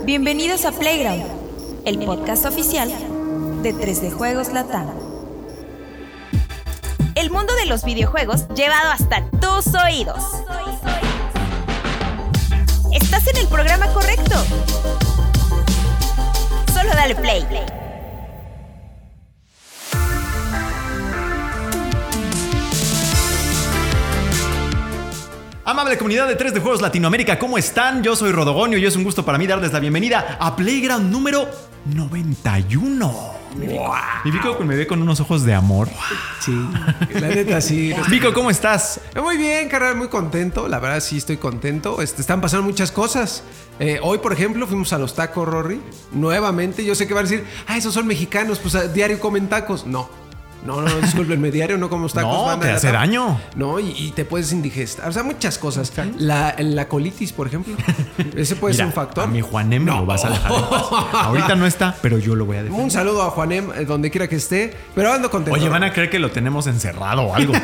Bienvenidos a Playground, el podcast oficial de 3D Juegos Latam. El mundo de los videojuegos llevado hasta tus oídos. Estás en el programa correcto. Solo dale play. Amable comunidad de 3D Juegos Latinoamérica, ¿cómo están? Yo soy Rodogonio y es un gusto para mí darles la bienvenida a Playground número 91. Wow. Y Vico me ve con unos ojos de amor. Sí, la neta sí. Vico, ¿cómo estás? Muy bien, carnal, muy contento. La verdad sí estoy contento. Están pasando muchas cosas. Hoy, por ejemplo, fuimos a los tacos, Rory. Nuevamente, yo sé que van a decir, esos son mexicanos, pues a diario comen tacos. No, discúlpenme, diario no como tacos. No, te hace daño. No, y te puedes indigestar. O sea, muchas cosas. La colitis, por ejemplo. Ese puede ser un factor. A mi Juanem lo vas a dejar en paz. Ahorita no está, pero yo lo voy a defender. Un saludo a Juanem, donde quiera que esté. Pero ando contento. Oye, van a creer que lo tenemos encerrado o algo.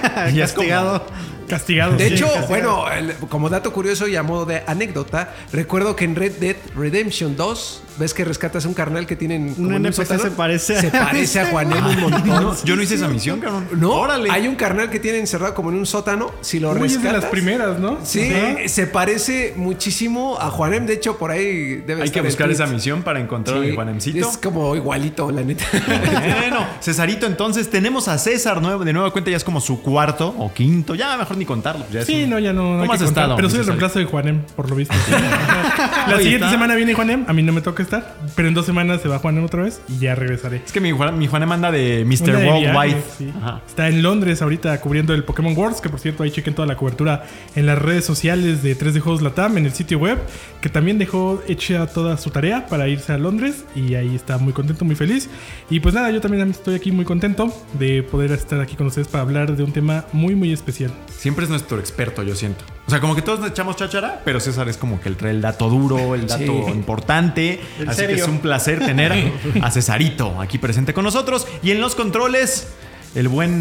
Castigado. De hecho, castigado. bueno, como dato curioso y a modo de anécdota, recuerdo que en Red Dead Redemption 2, ves que rescatas a un carnal que tienen un NPC se parece a Juanem un montón. Yo no hice esa misión, cabrón. No, órale. Hay un carnal que tiene encerrado como en un sótano. Si lo rescatas, es de las primeras, ¿no? Sí, Ajá. se parece muchísimo a Juanem. De hecho, por ahí debe Hay estar que buscar el esa tweet. misión para encontrar a mi Juanemcito. Es como igualito, la neta. Bueno, Cesarito, entonces tenemos a César de nueva cuenta, ya es como su cuarto o quinto, ya mejor ni contarlo. Ya Sí, no, ya no. ¿Cómo has estado? Pero soy el reemplazo de Juanem, por lo visto. La siguiente semana viene Juanem, a mí no me toca estar, pero en 2 semanas se va Juanem otra vez y ya regresaré. Es que mi Juanem anda de Mr. Una de Worldwide. viaje, sí. Está en Londres ahorita cubriendo el Pokémon Worlds, que por cierto ahí chequen toda la cobertura en las redes sociales de 3D Juegos Latam, en el sitio web, que también dejó hecha toda su tarea para irse a Londres y ahí está muy contento, muy feliz. Y pues nada, yo también estoy aquí muy contento de poder estar aquí con ustedes para hablar de un tema muy muy especial. Siempre es nuestro experto, yo siento. O sea, como que todos nos echamos cháchara, pero César es como que trae el dato duro, el dato importante. Así serio. que es un placer tener a Cesarito aquí presente con nosotros. Y en los controles, el buen,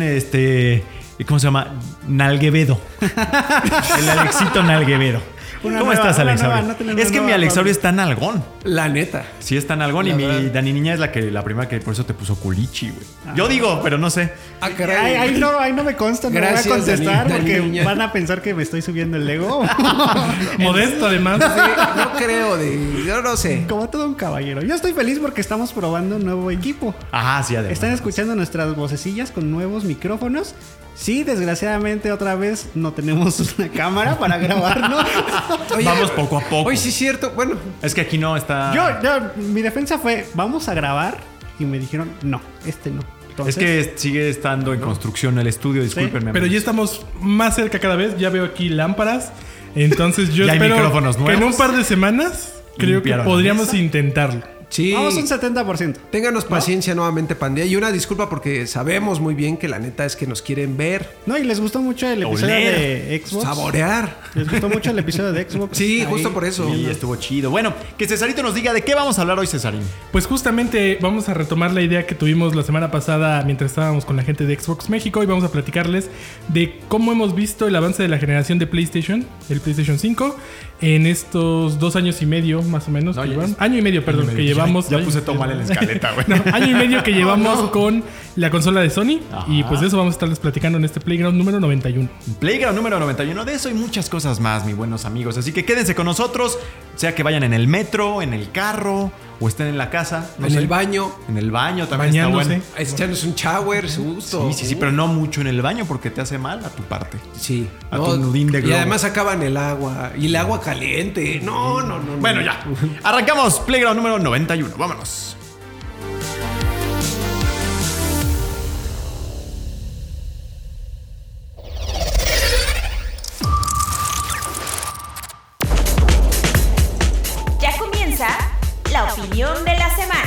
¿cómo se llama? Nalguevedo. El Alexito Nalguevedo. ¿Cómo estás, Alexaurio? Es que mi Alexaurio está nalgón. La neta. Sí, está nalgón. Y mi Dani Niña es la primera que por eso te puso culichi, güey. Yo digo, pero no sé. Caray. Ahí no me consta, no Gracias, voy a contestar Dani, porque niña. van a pensar que me estoy subiendo el ego. Modesto además. No creo, yo no sé. Como todo un caballero. Yo estoy feliz porque estamos probando un nuevo equipo. Ajá, sí, además. Están escuchando nuestras vocecillas con nuevos micrófonos. Sí, desgraciadamente otra vez no tenemos una cámara para grabarnos. Oye, Vamos poco a poco. Hoy sí es cierto. Bueno, Es que aquí no está... Mi defensa fue, vamos a grabar. Y me dijeron, no, no. Entonces, Es que sigue estando en construcción el estudio, discúlpenme. pero ya estamos más cerca cada vez. Ya veo aquí lámparas. Entonces yo Ya hay espero micrófonos que nuevos. en un par de semanas creo que Limpiaron la podríamos mesa. intentarlo. sí. Vamos un 70%. Ténganos paciencia nuevamente, pandilla. Y una disculpa porque sabemos muy bien que la neta es que nos quieren ver, No, y les gustó mucho el episodio Oler. de Xbox. saborear. Les gustó mucho el episodio de Xbox. Sí, Ahí. justo por eso. Sí, estuvo chido. Bueno, que Cesarito nos diga de qué vamos a hablar hoy, Cesarín. Pues justamente vamos a retomar la idea que tuvimos la semana pasada mientras estábamos con la gente de Xbox México y vamos a platicarles de cómo hemos visto el avance de la generación de PlayStation, el PlayStation 5, en estos 2 años y medio más o menos. No, que ya llevamos. es- Año y medio, perdón, que llevamos. Ya puse todo mal en la escaleta, güey. No, año y medio que llevamos con la consola de Sony. Ajá. Y pues de eso vamos a estarles platicando en este Playground número 91. Playground número 91, de eso y muchas cosas más, mis buenos amigos. Así que quédense con nosotros, sea que vayan en el metro, en el carro o estén en la casa. no En sé. el baño, En el baño también Bañándose. está bueno. echarnos un shower, su gusto. Sí, pero no mucho en el baño porque te hace mal a tu parte. Sí. A tu nudín de y globo. además acaban el agua. Y el agua caliente. No. Bueno, ya. Arrancamos Playground número 91. Vámonos. Ya comienza la opinión de la semana.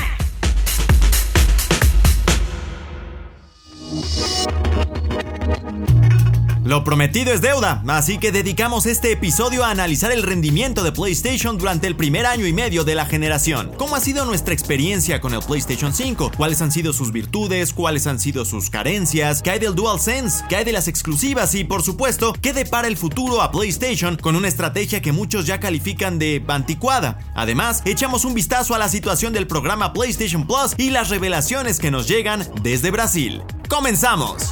Lo prometido es deuda, así que dedicamos este episodio a analizar el rendimiento de PlayStation durante el primer año y medio de la generación. ¿Cómo ha sido nuestra experiencia con el PlayStation 5? ¿Cuáles han sido sus virtudes? ¿Cuáles han sido sus carencias? ¿Qué hay del DualSense? ¿Qué hay de las exclusivas? Y por supuesto, ¿qué depara el futuro a PlayStation con una estrategia que muchos ya califican de anticuada? Además, echamos un vistazo a la situación del programa PlayStation Plus y las revelaciones que nos llegan desde Brasil. ¡Comenzamos!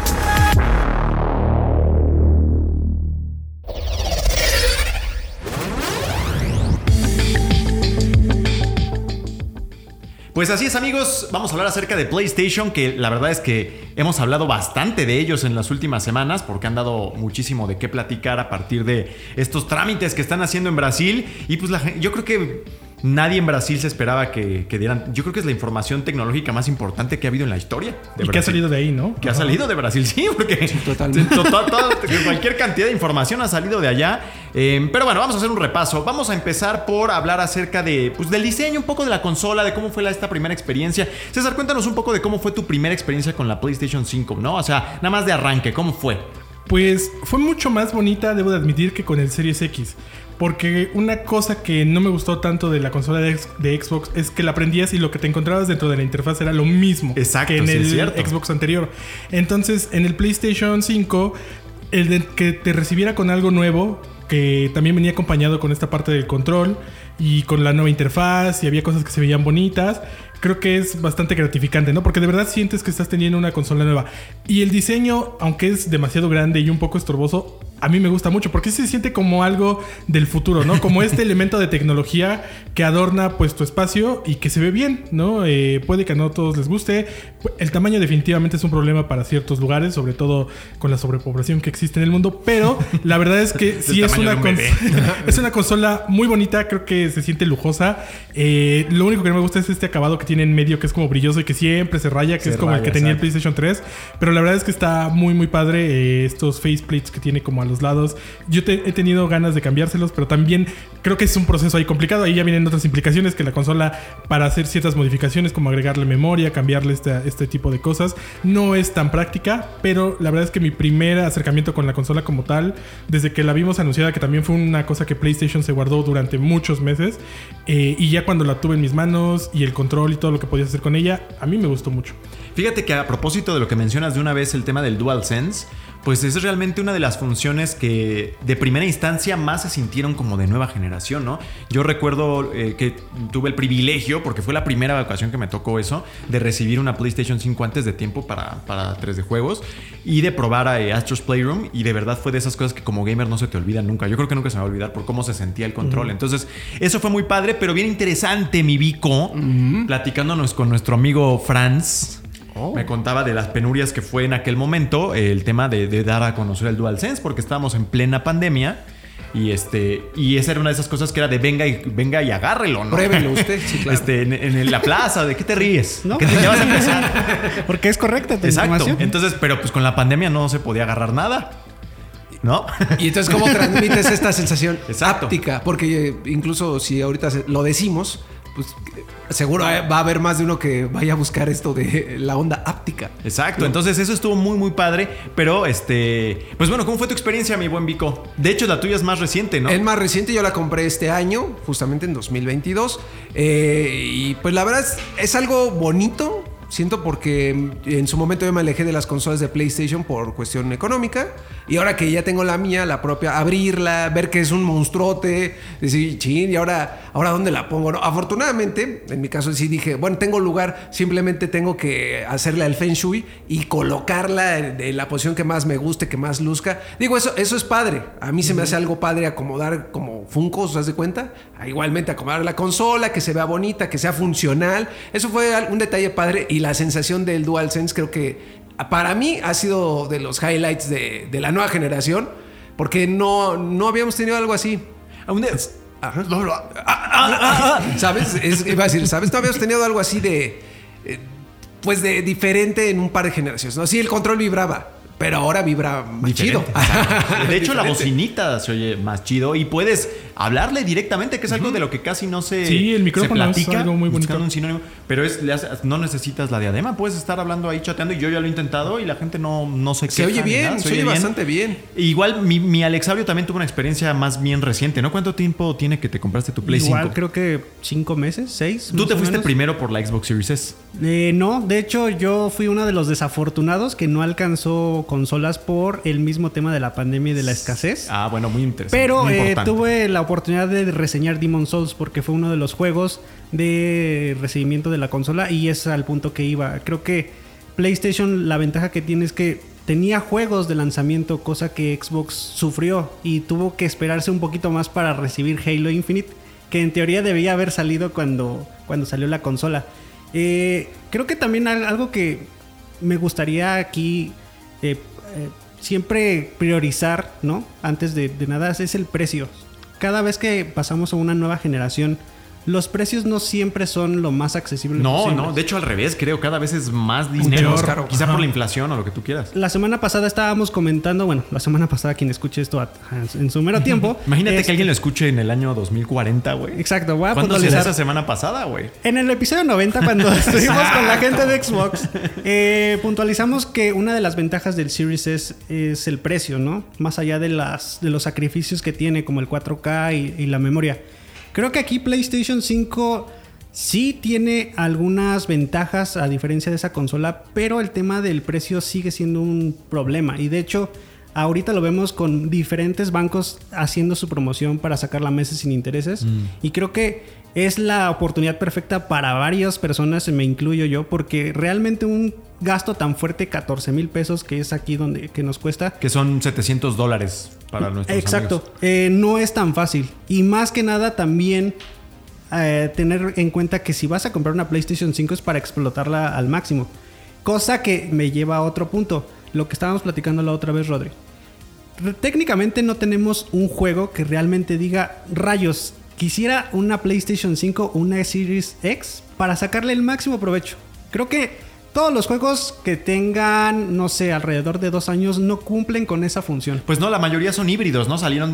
Pues así es, amigos, vamos a hablar acerca de PlayStation, que la verdad es que hemos hablado bastante de ellos en las últimas semanas porque han dado muchísimo de qué platicar a partir de estos trámites que están haciendo en Brasil. Y pues yo creo que nadie en Brasil se esperaba que dieran. Yo creo que es la información tecnológica más importante que ha habido en la historia de Brasil. Que ha salido de ahí, ¿no? Que ha salido de Brasil, sí, porque sí, totalmente. Cualquier cantidad de información ha salido de allá. Pero bueno, vamos a hacer un repaso. Vamos a empezar por hablar acerca de, pues, del diseño, un poco de la consola, de cómo fue esta primera experiencia. César, cuéntanos un poco de cómo fue tu primera experiencia con la PlayStation 5, ¿no? O sea, nada más de arranque, ¿cómo fue? Pues fue mucho más bonita, debo de admitir, que con el Series X. Porque una cosa que no me gustó tanto de la consola de Xbox es que la prendías y lo que te encontrabas dentro de la interfaz era lo mismo. Exacto, que en el cierto. Xbox anterior. Entonces, en el PlayStation 5, el de que te recibiera con algo nuevo, que también venía acompañado con esta parte del control y con la nueva interfaz, y había cosas que se veían bonitas, creo que es bastante gratificante, ¿no? Porque de verdad sientes que estás teniendo una consola nueva. Y el diseño, aunque es demasiado grande y un poco estorboso, a mí me gusta mucho porque se siente como algo del futuro, ¿no? Como este elemento de tecnología que adorna, pues, tu espacio y que se ve bien, ¿no? Puede que a no todos les guste. El tamaño definitivamente es un problema para ciertos lugares, sobre todo con la sobrepoblación que existe en el mundo, pero la verdad es que sí es una consola muy bonita, creo que se siente lujosa. Lo único que no me gusta es este acabado que tiene en medio, que es como brilloso y que siempre se raya, que es como el que tenía el PlayStation 3, pero la verdad es que está muy muy padre. Estos faceplates que tiene como a los lados, yo he tenido ganas de cambiárselos, pero también creo que es un proceso ahí complicado. Ahí ya vienen otras implicaciones, que la consola, para hacer ciertas modificaciones como agregarle memoria, cambiarle este tipo de cosas, no es tan práctica. Pero la verdad es que mi primer acercamiento con la consola como tal, desde que la vimos anunciada, que también fue una cosa que PlayStation se guardó durante muchos meses, y ya cuando la tuve en mis manos y el control y todo lo que podías hacer con ella, a mí me gustó mucho. Fíjate que a propósito de lo que mencionas de una vez, el tema del DualSense, pues es realmente una de las funciones que de primera instancia más se sintieron como de nueva generación, ¿no? Yo recuerdo que tuve el privilegio, porque fue la primera ocasión que me tocó eso, de recibir una PlayStation 5 antes de tiempo para 3D juegos y de probar a Astro's Playroom, y de verdad fue de esas cosas que como gamer no se te olvidan nunca. Yo creo que nunca se me va a olvidar por cómo se sentía el control. Entonces, eso fue muy padre, pero bien interesante, mi Vico, platicándonos con nuestro amigo Franz. Me contaba de las penurias que fue en aquel momento el tema de dar a conocer el DualSense, porque estábamos en plena pandemia y esa era una de esas cosas que era de venga y agárrelo, ¿no? Pruébelo usted, sí, claro. En la plaza, ¿de qué te ríes? ¿No? ¿Qué te vas a empezar? Porque es correcta tu información. Entonces, pero pues con la pandemia no se podía agarrar nada, ¿no? Y entonces, ¿cómo transmites esta sensación Exacto. háptica? Porque incluso si ahorita lo decimos, pues seguro va a haber más de uno que vaya a buscar esto de la onda háptica. Exacto, ¿no? Entonces eso estuvo muy muy padre. Pero pues bueno, ¿cómo fue tu experiencia, mi buen Vico? De hecho, la tuya es más reciente, ¿no? Es más reciente, yo la compré este año, justamente en 2022. Y pues la verdad es algo bonito. Siento porque en su momento yo me alejé de las consolas de PlayStation por cuestión económica. Y ahora que ya tengo la mía, la propia, abrirla, ver que es un monstruote, decir, chin, ¿y ahora dónde la pongo? No, afortunadamente, en mi caso sí dije, bueno, tengo lugar, simplemente tengo que hacerle al Feng Shui y colocarla en la posición que más me guste, que más luzca. Digo, eso es padre. A mí se me hace algo padre acomodar como Funkos, ¿te das cuenta? Igualmente acomodar la consola, que se vea bonita, que sea funcional. Eso fue un detalle padre. Y la sensación del DualSense creo que para mí ha sido de los highlights de la nueva generación, porque no habíamos tenido algo así. ¿Sabes? Iba a decir, ¿sabes? No habíamos tenido algo así de diferente en un par de generaciones, ¿no? Sí, el control vibraba, pero ahora vibra más diferente. chido. De hecho, la bocinita se oye más chido y puedes hablarle directamente, que es algo de lo que casi no se Sí, el micrófono se platica, es algo muy bonito. buscando un sinónimo, pero no necesitas la diadema, puedes estar hablando ahí chateando y yo ya lo he intentado y la gente no se queja. Se oye ni bien, nada, se oye bastante bien. Igual mi Alexabrio también tuvo una experiencia más bien reciente, ¿no? ¿Cuánto tiempo tiene que te compraste tu Play 5? Igual creo que 5 meses, 6. Tú te fuiste primero por la Xbox Series S. No, de hecho yo fui uno de los desafortunados que no alcanzó consolas por el mismo tema de la pandemia y de la escasez. Ah, bueno, muy interesante. Pero muy importante. tuve la oportunidad de reseñar Demon's Souls porque fue uno de los juegos de recibimiento de la consola y es al punto que iba. Creo que PlayStation, la ventaja que tiene es que tenía juegos de lanzamiento, cosa que Xbox sufrió y tuvo que esperarse un poquito más para recibir Halo Infinite, que en teoría debía haber salido cuando salió la consola. Creo que también algo que me gustaría aquí siempre priorizar, ¿no? Antes de nada, es el precio. Cada vez que pasamos a una nueva generación, los precios no siempre son lo más accesible posible. No, de hecho al revés, creo, cada vez es más dinero, más caro. quizá Ajá. por la inflación o lo que tú quieras. La semana pasada estábamos comentando, bueno, la semana pasada quien escuche esto en su mero tiempo. Imagínate que alguien lo escuche en el año 2040, güey. Exacto, voy a ¿Cuándo será puntualizar. esa semana pasada, güey? En el episodio 90, cuando estuvimos con la gente de Xbox, puntualizamos que una de las ventajas del Series S es el precio, ¿no? Más allá de los sacrificios que tiene, como el 4K y la memoria. Creo que aquí PlayStation 5 sí tiene algunas ventajas a diferencia de esa consola, pero el tema del precio sigue siendo un problema. Y de hecho, ahorita lo vemos con diferentes bancos haciendo su promoción para sacar la meses sin intereses. Y creo que es la oportunidad perfecta para varias personas, me incluyo yo, porque realmente un gasto tan fuerte, 14 $1,000 pesos, que es aquí que nos cuesta. Que son $700 para nuestros Exacto, amigos. no es tan fácil. Y más que nada también tener en cuenta que si vas a comprar una PlayStation 5 es para explotarla al máximo. Cosa que me lleva a otro punto, lo que estábamos platicando la otra vez, Rodri. Técnicamente no tenemos un juego que realmente diga, rayos, quisiera una PlayStation 5 o una Series X para sacarle el máximo provecho. Creo que todos los juegos que tengan, no sé, alrededor de 2 años no cumplen con esa función. Pues no, la mayoría son híbridos, ¿no? Salieron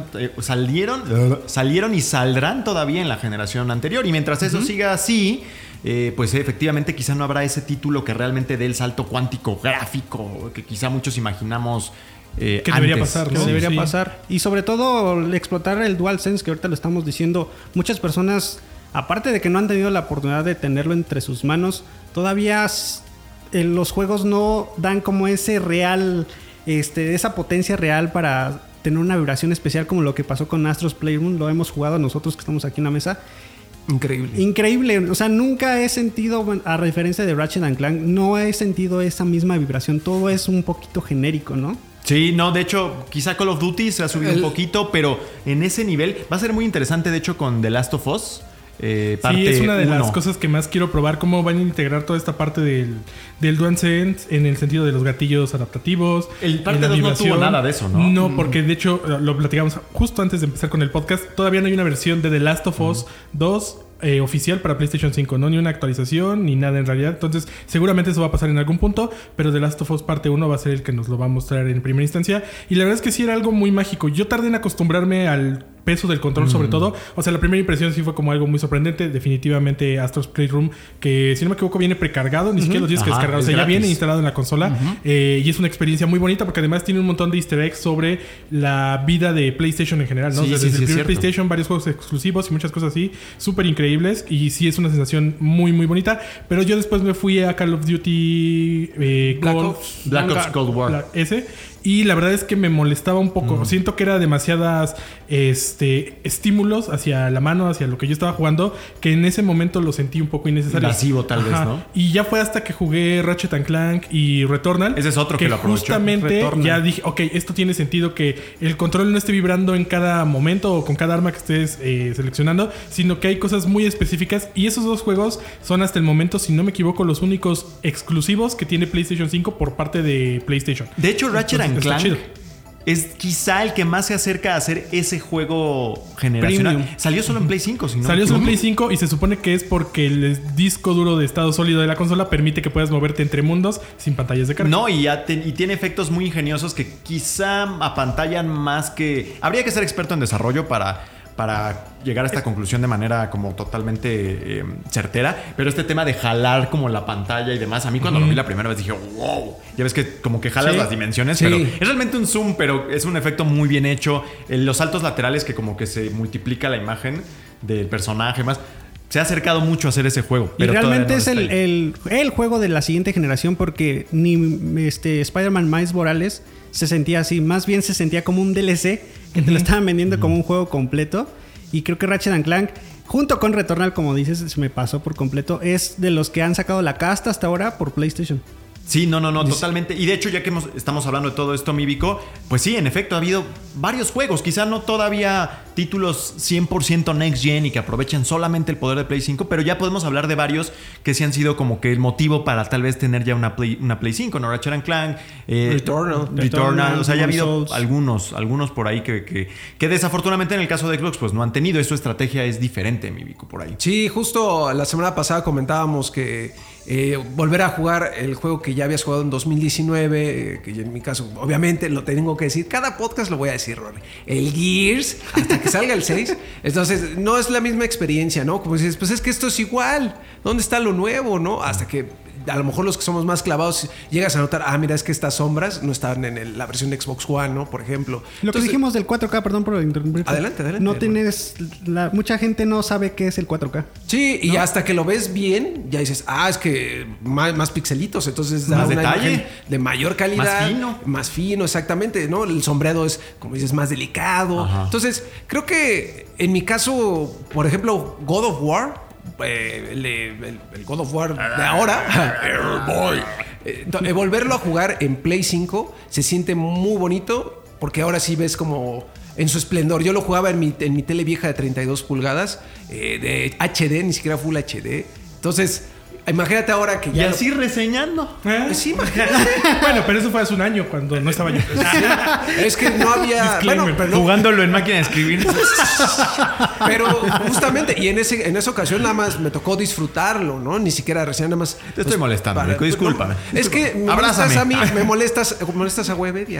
y saldrán todavía en la generación anterior. Y mientras eso siga así, pues efectivamente quizá no habrá ese título que realmente dé el salto cuántico gráfico que quizá muchos imaginamos Que debería pasar, ¿no? Que debería Sí. pasar. Y sobre todo explotar el DualSense, que ahorita lo estamos diciendo. Muchas personas, aparte de que no han tenido la oportunidad de tenerlo entre sus manos, todavía los juegos no dan como ese real, esa potencia real para tener una vibración especial como lo que pasó con Astro's Playroom. Lo hemos jugado nosotros que estamos aquí en la mesa. Increíble. Increíble. O sea, nunca he sentido, bueno, a diferencia de Ratchet & Clank, no he sentido esa misma vibración. Todo es un poquito genérico, ¿no? Sí, no, de hecho, quizá Call of Duty se ha subido un poquito, pero en ese nivel va a ser muy interesante, de hecho, con The Last of Us. Parte Sí, es una de las 1. cosas que más quiero probar, cómo van a integrar toda esta parte del DualSense en el sentido de los gatillos adaptativos. El parte en la 2 no vibración. tuvo nada de eso, ¿no? No, porque de hecho lo platicamos justo antes de empezar con el podcast. Todavía no hay una versión de The Last of Us 2 oficial para PlayStation 5, no ni una actualización ni nada en realidad. Entonces seguramente eso va a pasar en algún punto, pero The Last of Us parte 1 va a ser el que nos lo va a mostrar en primera instancia. Y la verdad es que sí era algo muy mágico. Yo tardé en acostumbrarme al peso del control, sobre todo. O sea, la primera impresión sí fue como algo muy sorprendente. Definitivamente Astro's Playroom, que si no me equivoco viene precargado, ni siquiera lo tienes que Ajá, descargar. O es sea, ya gratis. viene instalado en la consola. Y es una experiencia muy bonita porque además tiene un montón de easter eggs sobre la vida de PlayStation en general, ¿no? Sí, Desde sí, el sí, primer es cierto. PlayStation, varios juegos exclusivos y muchas cosas así, súper increíbles. Y sí es una sensación muy, muy bonita. Pero yo después me fui a Call of Duty Black Ops. Black Ops Cold War. Y la verdad es que me molestaba un poco. Siento que era demasiadas estímulos hacia la mano, hacia lo que yo estaba jugando, que en ese momento lo sentí un poco innecesario. Invasivo, tal vez, ¿no? Y ya fue hasta que jugué Ratchet & Clank y Returnal. Ese es otro que lo aprovechó. Justamente Returnal. ya dije, ok, esto tiene sentido que el control no esté vibrando en cada momento o con cada arma que estés seleccionando, sino que hay cosas muy específicas. Y esos dos juegos son hasta el momento, si no me equivoco, los únicos exclusivos que tiene PlayStation 5 por parte de PlayStation. De hecho, Ratchet Entonces, está Clank chido. es quizá el que más se acerca a hacer ese juego generacional. Premium. Salió solo en Play 5, si no Salió me solo en equivoco. Play 5 y se supone que es porque el disco duro de estado sólido de la consola permite que puedas moverte entre mundos sin pantallas de carga. No, y tiene efectos muy ingeniosos que quizá apantallan más que... Habría que ser experto en desarrollo para para llegar a esta conclusión de manera como totalmente certera, pero este tema de jalar como la pantalla y demás, a mí cuando lo vi la primera vez dije, wow, ya ves que como que jalas las dimensiones, pero es realmente un zoom, pero es un efecto muy bien hecho. Los saltos laterales que como que se multiplica la imagen del personaje más. Se ha acercado mucho a hacer ese juego. Pero y realmente no es el juego de la siguiente generación, porque ni Spider-Man Miles Morales se sentía así. Más bien se sentía como un DLC que te lo estaban vendiendo como un juego completo. Y creo que Ratchet & Clank, junto con Returnal, como dices, se me pasó por completo, es de los que han sacado la casta hasta ahora por PlayStation. Sí, no, totalmente. Y de hecho, ya que estamos hablando de todo esto, mi Vico, pues sí, en efecto, ha habido varios juegos. Quizá no todavía títulos 100% Next Gen y que aprovechen solamente el poder de Play 5, pero ya podemos hablar de varios que sí han sido como que el motivo para tal vez tener ya una Play 5, ¿no? Ratchet & Clank, Returnal. O sea, ya ha habido algunos por ahí que desafortunadamente en el caso de Xbox pues no han tenido. Su estrategia es diferente, mi Vico, por ahí. Sí, justo la semana pasada comentábamos que volver a jugar el juego que ya habías jugado en 2019, que en mi caso, obviamente lo tengo que decir, cada podcast lo voy a decir, Rory, el Gears, hasta que salga el 6, entonces no es la misma experiencia, ¿no? Como dices, pues es que esto es igual, ¿dónde está lo nuevo, no? Hasta que a lo mejor los que somos más clavados llegas a notar, mira, es que estas sombras no estaban en la versión de Xbox One, ¿no? Por ejemplo. Entonces, que dijimos del 4K, perdón por interrumpirte. Adelante. No tienes... mucha gente no sabe qué es el 4K. Sí, ¿no? Y hasta que lo ves bien, ya dices, es que más pixelitos, entonces da más una detalle, imagen de mayor calidad. Más fino, exactamente, ¿no? El sombreado es, como dices, más delicado. Ajá. Entonces, creo que en mi caso, por ejemplo, God of War... el God of War de ahora volverlo a jugar en Play 5 se siente muy bonito porque ahora sí ves como en su esplendor. Yo lo jugaba en mi tele vieja de 32 pulgadas de HD, ni siquiera Full HD. Entonces imagínate ahora que ya... Y así reseñando. Sí, imagínate. Bueno, pero eso fue hace un año cuando no estaba yo. Es que no había... Jugándolo en máquina de escribir. Pero justamente, y en esa ocasión nada más me tocó disfrutarlo, ¿no? Ni siquiera reseñar, nada más... Te estoy molestando, Rico, discúlpame. Es que me molestas a mí, me molestas a Webedia.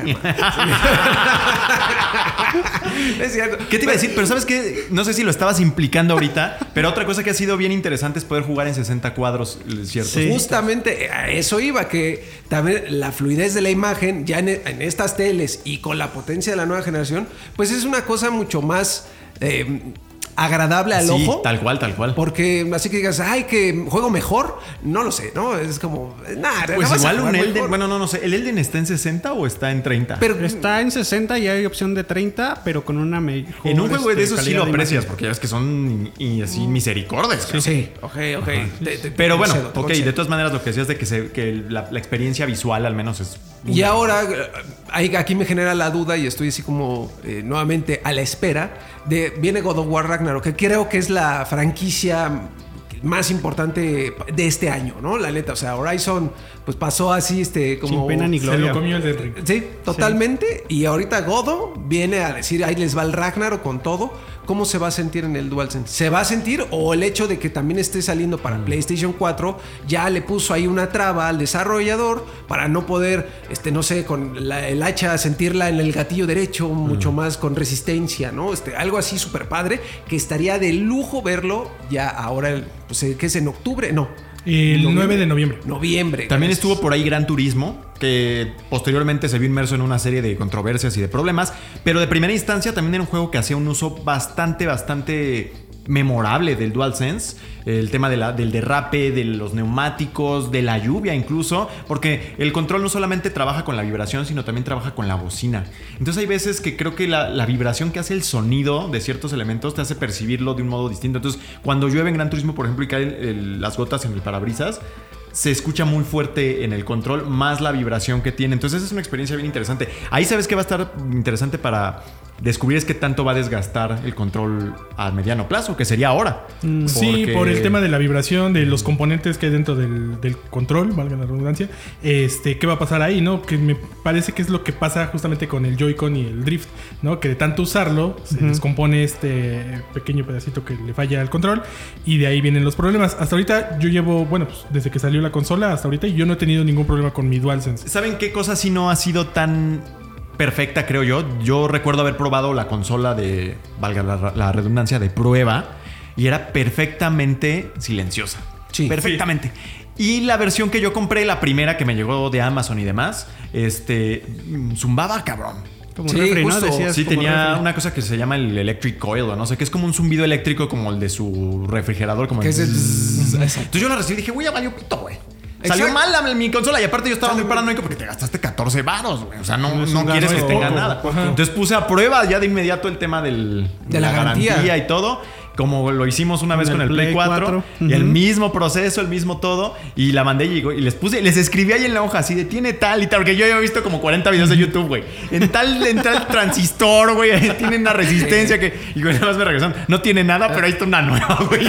Es cierto. ¿Qué te iba a decir? Pero ¿sabes qué? No sé si lo estabas implicando ahorita, pero otra cosa que ha sido bien interesante es poder jugar en 60 cuadros. ¿Cierto? Sí. Justamente a eso iba, que también la fluidez de la imagen ya en estas teles y con la potencia de la nueva generación, pues es una cosa mucho más agradable al ojo. Tal cual. Porque así que digas, que juego mejor, no lo sé, ¿no? Es como, pues igual un Elden, mejor. Bueno, no sé, ¿el Elden está en 60 o está en 30? Pero está en 60 y hay opción de 30, pero con una mejor... En un juego de esos sí lo aprecias, porque ya ves que son así misericordias. Sí. Ok. Pero bueno, de todas maneras lo que decías de que la experiencia visual al menos es... Y ahora, aquí me genera la duda y estoy así como nuevamente a la espera de... Viene God of War Ragnarok, que creo que es la franquicia más importante de este año, ¿no? La neta, o sea, Horizon pues pasó así como... Sin pena ni gloria. Se lo comió el de Ring. Sí, totalmente. Sí. Y ahorita Godo viene a decir, ahí les va el Ragnarok con todo. ¿Cómo se va a sentir en el DualSense? ¿Se va a sentir o el hecho de que también esté saliendo para PlayStation 4 ya le puso ahí una traba al desarrollador para no poder, no sé, con el hacha sentirla en el gatillo derecho mucho más con resistencia, ¿no? Algo así súper padre que estaría de lujo verlo ya ahora, pues, ¿qué es en octubre? No. El 9 de noviembre. También estuvo por ahí Gran Turismo, que posteriormente se vio inmerso en una serie de controversias y de problemas, pero de primera instancia también era un juego que hacía un uso bastante memorable del DualSense. El tema del derrape, de los neumáticos, de la lluvia incluso, porque el control no solamente trabaja con la vibración, sino también trabaja con la bocina. Entonces hay veces que creo que la vibración que hace el sonido de ciertos elementos te hace percibirlo de un modo distinto. Entonces cuando llueve en Gran Turismo, por ejemplo, y caen las gotas en el parabrisas, se escucha muy fuerte en el control, más la vibración que tiene. Entonces es una experiencia bien interesante. Ahí sabes que va a estar interesante para descubrir es qué tanto va a desgastar el control a mediano plazo, que sería ahora. Sí, por el tema de la vibración, de los componentes que hay dentro del control, valga la redundancia. ¿Qué va a pasar ahí, no? Que me parece que es lo que pasa justamente con el Joy-Con y el Drift, ¿no? Que de tanto usarlo se descompone este pequeño pedacito que le falla al control y de ahí vienen los problemas. Hasta ahorita yo llevo, pues desde que salió la consola hasta ahorita, yo no he tenido ningún problema con mi DualSense. ¿Saben qué cosa sí no ha sido tan perfecta, creo yo. Yo recuerdo haber probado la consola de, valga la redundancia, de prueba, y era perfectamente silenciosa. Sí. Perfectamente. Y la versión que yo compré, la primera que me llegó de Amazon y demás, zumbaba cabrón. Como Sí, un refri, ¿no? justo. Decías Sí, como tenía refri. una cosa que se llama el electric coil, o no sé, que es como un zumbido eléctrico como el de su refrigerador. Como Que es el... Entonces yo la recibí y dije, güey, ya valió pito, güey. Salió mal mi consola y aparte yo estaba muy paranoico porque te gastaste 14 varos, güey. O sea, no quieres que tenga nada. Entonces puse a prueba ya de inmediato el tema de la garantía y todo. Como lo hicimos una vez con el Play 4. Y el mismo proceso, el mismo todo. Y la mandé y les escribí ahí en la hoja así de tiene tal y tal. Porque yo ya he visto como 40 videos de YouTube, güey. En tal transistor, güey. Tiene una resistencia que... Y güey, nada más me regresaron. No tiene nada, pero ahí está una nueva, güey.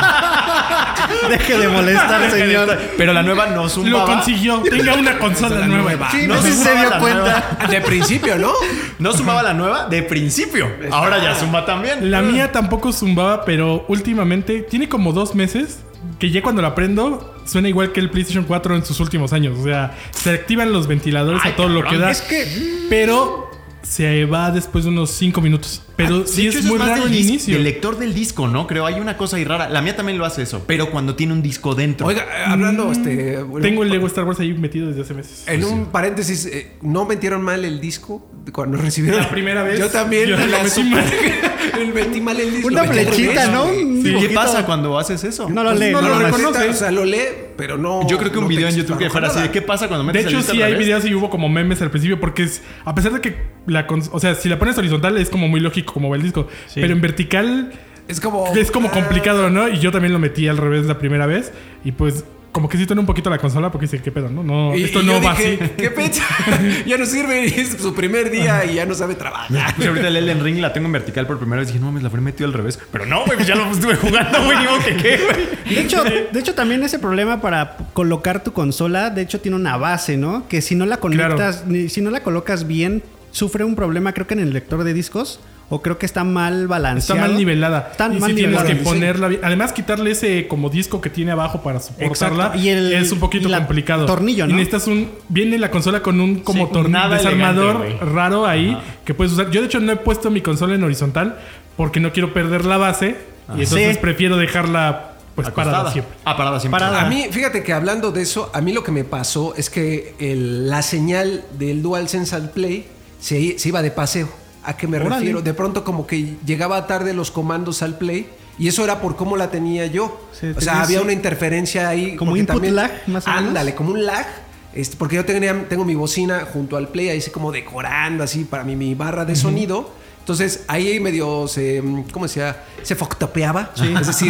Deje de molestar, señor. Pero la nueva no zumbaba. Lo consiguió. Tenga una consola nueva. Sí, No no sé si se zumbaba dio la cuenta. De principio, ¿no? No zumbaba la nueva de principio. Ahora ya zumba también. La mía tampoco zumbaba, pero últimamente tiene como 2 meses que ya cuando la prendo suena igual que el PlayStation 4 en sus últimos años. O sea, se activan los ventiladores a todo lo que da. Es que Pero se va después de unos 5 minutos. Pero sí De hecho, es eso muy más raro del el inicio. El lector del disco, ¿no? Creo, hay una cosa ahí rara. La mía también lo hace eso, pero cuando tiene un disco dentro. Oiga, hablando, bueno, Tengo el Lego Star Wars ahí metido desde hace meses. en un paréntesis, ¿no metieron mal el disco cuando recibieron? La primera vez. Yo también. Yo lo metí mal. Metí mal el disco. una Metí al flechita, revés, ¿no? güey. Un ¿Qué dibujito. pasa cuando haces eso? No lo lee. no lo La reconoce. neta, o sea, lo lee, pero no. Yo creo que un no video te en YouTube que fuera así de qué pasa cuando De metes hecho, el disco sí al hay revés? videos y hubo como memes al principio porque a pesar de que o sea, si la pones horizontal es como muy lógico como va el disco, pero en vertical Es como. es como complicado, ¿no? Y yo también lo metí al revés la primera vez y pues como que sí tiene un poquito la consola porque dice, ¿qué pedo, no? Y Esto yo no va dije, así. ¿qué fecha? Ya no sirve, es su primer día y ya no sabe trabajar. Pues ahorita el Elden Ring la tengo en vertical por primera vez. Dije, no mames, la habré metido al revés. Pero no, güey, pues ya lo estuve jugando, güey. Ni modo que qué, güey. De hecho, también ese problema para colocar tu consola, de hecho, tiene una base, ¿no? Que si no la conectas, si no la colocas bien, sufre un problema, creo que en el lector de discos. O creo que está mal balanceado. Está mal nivelada. Está y mal si tienes nivelada, que sí. ponerla bien. Además, quitarle ese como disco que tiene abajo para soportarla Exacto. Y es un poquito y la complicado. tornillo, ¿no? Y necesitas viene la consola con un como Sí, nada desarmador elegante, güey. raro ahí que puedes usar. Yo, de hecho, no he puesto mi consola en horizontal porque no quiero perder la base. Y entonces Sí. prefiero dejarla pues Acostada. parada siempre. Parada siempre. Parada. A mí, fíjate que hablando de eso, a mí lo que me pasó es que la señal del DualSense al Play se iba de paseo. ¿A qué me Órale. refiero? De pronto como que llegaba tarde los comandos al Play y eso era por cómo la tenía yo. Sí, o sea, tenías, había sí. una interferencia ahí. Como porque input lag, más o menos. Ándale, como un lag. Porque yo tengo mi bocina junto al Play ahí así como decorando así para mi barra de sonido. Entonces ahí medio ¿cómo decía? Se foctopeaba. Es decir,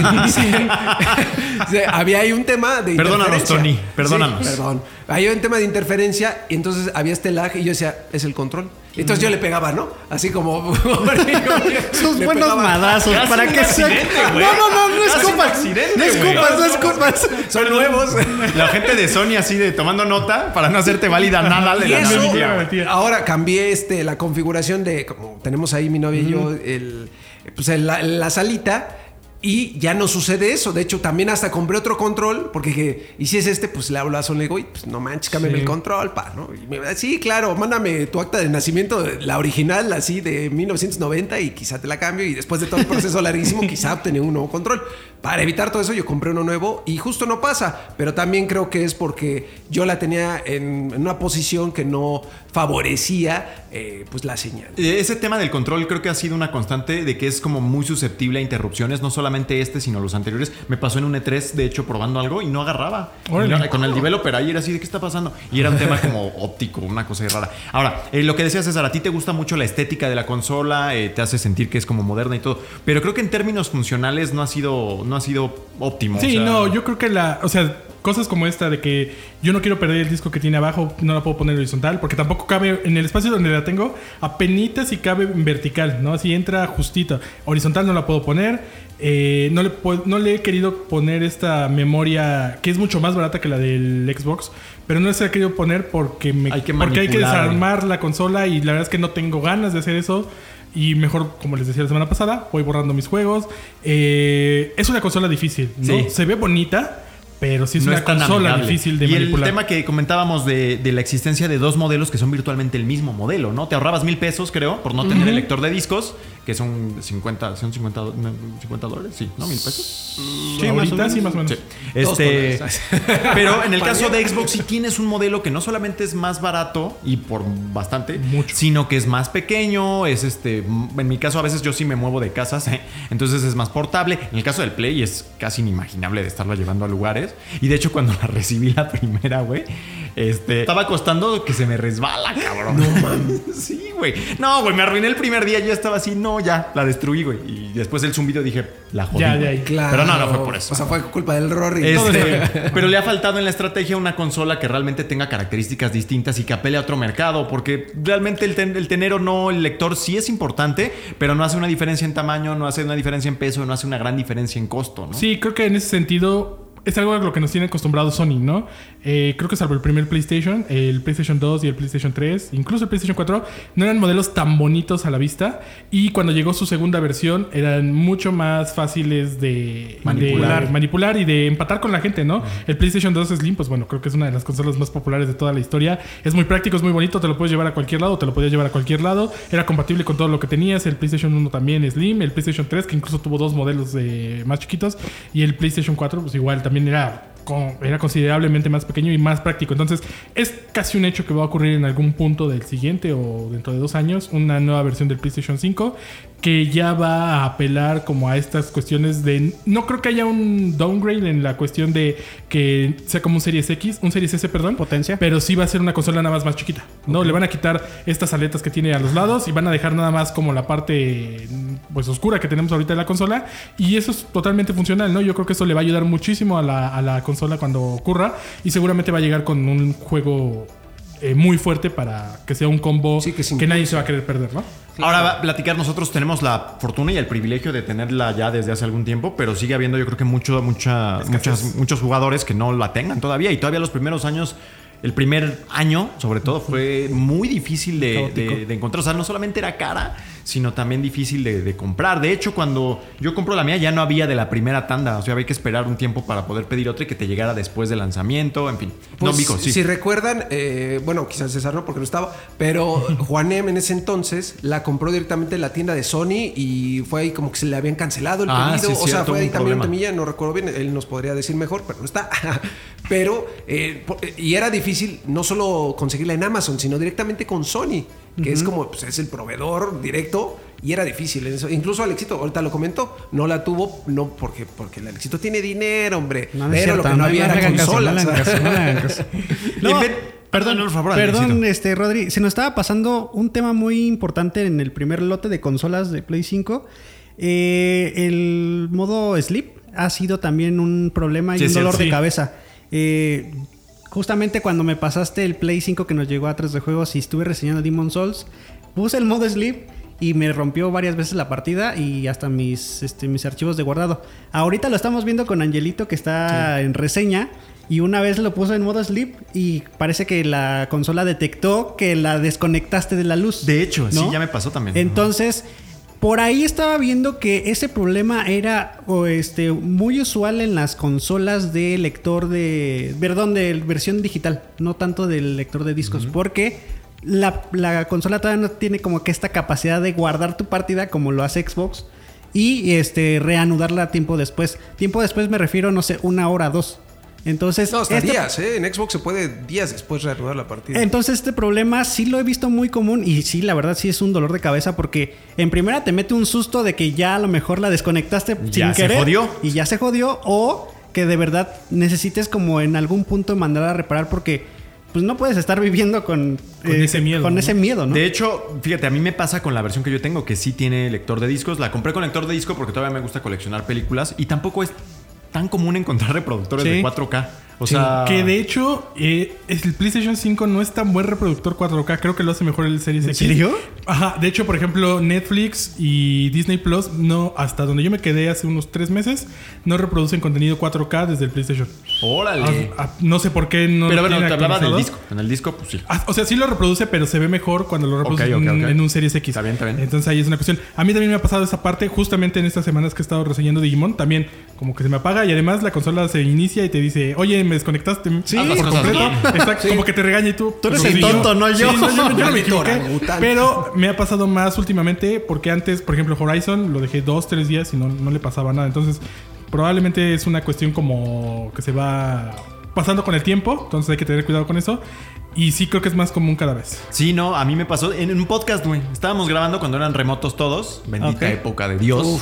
había ahí un tema de Perdónanos, interferencia. Tony, perdónanos. Sí, perdón. Había un tema de interferencia y entonces había este lag y yo decía, es el control. Entonces yo le pegaba, ¿no? Así como... Sus le buenos pegaba. madrazos. Casi ¿Para un qué se.? accidente, güey. No es Casi un culpa. accidente, No es güey. culpa, no es culpa. Son nuevos. La gente de Sony así de tomando nota para no hacerte válida nada de Y la eso, noticia, güey. ahora cambié la configuración de, como tenemos ahí mi novia y yo, la salita. Y ya no sucede eso. De hecho, también hasta compré otro control. Porque dije, y si es pues le hablo a Sony y le digo, pues no manches, cámbiame el control, pa, ¿no? Y sí, claro, mándame tu acta de nacimiento, la original, así de 1990, y quizá te la cambio. Y después de todo el proceso larguísimo, quizá obtener un nuevo control. Para evitar todo eso, yo compré uno nuevo y justo no pasa. Pero también creo que es porque yo la tenía en una posición que no favorecía pues la señal. Ese tema del control creo que ha sido una constante de que es como muy susceptible a interrupciones, no solamente sino los anteriores. Me pasó en un E3, de hecho, probando algo y no agarraba. Órale. Con el developer ahí era así de ¿qué está pasando? Y era un tema como óptico, una cosa rara. Ahora, lo que decías, César, a ti te gusta mucho la estética de la consola, te hace sentir que es como moderna y todo, pero creo que en términos funcionales no ha sido óptimo. Sí, o sea, no, yo creo que cosas como esta de que yo no quiero perder el disco que tiene abajo, no la puedo poner horizontal, porque tampoco cabe en el espacio donde la tengo, apenitas y cabe en vertical, ¿no? Así entra justito. Horizontal no la puedo poner. No le he querido poner esta memoria que es mucho más barata que la del Xbox, pero no se la he querido poner porque hay que desarmar la consola y la verdad es que no tengo ganas de hacer eso. Y mejor, como les decía la semana pasada, voy borrando mis juegos. Es una consola difícil, ¿no? Sí. Se ve bonita, pero sí es no una es tan consola amigable. difícil de y manipular. el tema que comentábamos de la existencia de dos modelos que son virtualmente el mismo modelo, ¿no? Te ahorrabas $1,000, creo, por no tener el lector de discos, que son $50, sí, ¿no? $1,000. Sí, ahorita sí, más o menos. Sí. Pero en el caso de Xbox sí tienes un modelo que no solamente es más barato y por bastante, mucho, sino que es más pequeño, es en mi caso a veces yo sí me muevo de casas, entonces es más portable. En el caso del Play es casi inimaginable de estarla llevando a lugares. Y de hecho cuando la recibí la primera, güey, estaba costando que se me resbala, cabrón. No mames. Sí, güey. No, güey, me arruiné el primer día. Yo estaba así, no, ya, la destruí, güey. Y después el zumbido dije, la jodí. Ya, güey. Claro. Pero no fue por eso. O sea, fue culpa del Rory. Pero le ha faltado en la estrategia una consola que realmente tenga características distintas y que apele a otro mercado. Porque realmente el tener o no el lector sí es importante, pero no hace una diferencia en tamaño, no hace una diferencia en peso, no hace una gran diferencia en costo, ¿no? Sí, creo que en ese sentido es algo a lo que nos tiene acostumbrado Sony, ¿no? Creo que salvo el primer PlayStation, el PlayStation 2 y el PlayStation 3, incluso el PlayStation 4, no eran modelos tan bonitos a la vista. Y cuando llegó su segunda versión, eran mucho más fáciles de manipular y de empatar con la gente, ¿no? El PlayStation 2 Slim, pues bueno, creo que es una de las consolas más populares de toda la historia. Es muy práctico, es muy bonito, te lo puedes llevar a cualquier lado, te lo podías llevar a cualquier lado. Era compatible con todo lo que tenías. El PlayStation 1 también Slim, el PlayStation 3, que incluso tuvo 2 modelos más chiquitos. Y el PlayStation 4, pues igual, también era considerablemente más pequeño y más práctico. Entonces es casi un hecho que va a ocurrir en algún punto del siguiente o dentro de 2 años una nueva versión del PlayStation 5 que ya va a apelar como a estas cuestiones de... No creo que haya un downgrade en la cuestión de que sea como un Series S, perdón. Potencia. Pero sí va a ser una consola nada más chiquita, ¿no? Okay. Le van a quitar estas aletas que tiene a los lados y van a dejar nada más como la parte pues oscura que tenemos ahorita de la consola. Y eso es totalmente funcional, ¿no? Yo creo que eso le va a ayudar muchísimo a la consola cuando ocurra. Y seguramente va a llegar con un juego muy fuerte para que sea un combo que nadie se va a querer perder, ¿no? Ahora va a platicar, nosotros tenemos la fortuna y el privilegio de tenerla ya desde hace algún tiempo, pero sigue habiendo yo creo que muchos jugadores que no la tengan todavía, y todavía los primeros años, el primer año sobre todo, fue muy difícil de encontrar. O sea, no solamente era cara, sino también difícil de comprar. De hecho, cuando yo compro la mía ya no había de la primera tanda. O sea, había que esperar un tiempo para poder pedir otra y que te llegara después del lanzamiento. En fin. Pues, no, Vico, sí. Si recuerdan, bueno, quizás César no porque no estaba, pero Juanem en ese entonces la compró directamente en la tienda de Sony y fue ahí como que se le habían cancelado el pedido. Sí, o sea, fue ahí también un problema. temilla, no recuerdo bien, él nos podría decir mejor, pero no está. Pero, y era difícil no solo conseguirla en Amazon, sino directamente con Sony, que es como, pues es el proveedor directo. Y era difícil eso. Incluso Alexito, ahorita lo comentó, no la tuvo, no porque el Alexito tiene dinero, hombre. No, pero lo que no había era consolas. Perdón, por favor, Rodri, se nos estaba pasando un tema muy importante en el primer lote de consolas de Play 5. El modo Sleep ha sido también un problema y un dolor de cabeza. Justamente cuando me pasaste el Play 5 que nos llegó a 3 de juegos y estuve reseñando Demon's Souls, puse el modo Sleep y me rompió varias veces la partida y hasta mis archivos de guardado. Ahorita lo estamos viendo con Angelito, que está en reseña, y una vez lo puso en modo Sleep y parece que la consola detectó que la desconectaste de la luz. De hecho, ¿no? Sí, ya me pasó también. Entonces, por ahí estaba viendo que ese problema era muy usual en las consolas de lector de versión digital, no tanto del lector de discos, porque la consola todavía no tiene como que esta capacidad de guardar tu partida como lo hace Xbox y reanudarla tiempo después. Tiempo después me refiero, no sé, 1 hora, 2. Entonces, no, hasta días, en Xbox se puede días después reanudar la partida. Entonces este problema sí lo he visto muy común y sí, la verdad sí es un dolor de cabeza porque en primera te mete un susto de que ya a lo mejor la desconectaste sin querer. Se jodió. Y ya se jodió, o que de verdad necesites como en algún punto mandar a reparar porque pues no puedes estar viviendo con ese miedo. Con ese miedo, ¿no? De hecho, fíjate, a mí me pasa con la versión que yo tengo, que sí tiene lector de discos. La compré con lector de disco porque todavía me gusta coleccionar películas y tampoco es tan común encontrar reproductores de 4K. O sea, que de hecho el PlayStation 5 no es tan buen reproductor 4K. Creo que lo hace mejor el Series X. ¿En serio? Ajá. De hecho, por ejemplo, Netflix y Disney Plus no, hasta donde yo me quedé hace unos 3 meses, no reproducen contenido 4K desde el PlayStation. ¡Órale! No sé por qué no. Pero bueno, te hablaba del disco. En el disco, pues sí. O sea, sí lo reproduce, pero se ve mejor cuando lo reproduce en un Series X. Está bien. Entonces ahí es una cuestión. A mí también me ha pasado esa parte justamente en estas semanas que he estado reseñando Digimon. También, como que se me apaga y además la consola se inicia y te dice, oye, me desconectaste Sí, por las cosas completo. bien. Exacto, como que te regaña y tú. Tú eres pues, el sí, tonto, no yo. Sí, yo no me equivoqué. Orangután. Pero me ha pasado más últimamente porque antes, por ejemplo, Horizon lo dejé 2-3 días y no le pasaba nada. Entonces, probablemente es una cuestión como que se va pasando con el tiempo. Entonces hay que tener cuidado con eso. Y sí creo que es más común cada vez. Sí, no, a mí me pasó en un podcast, güey. Estábamos grabando cuando eran remotos todos. Bendita Ok. época de Dios.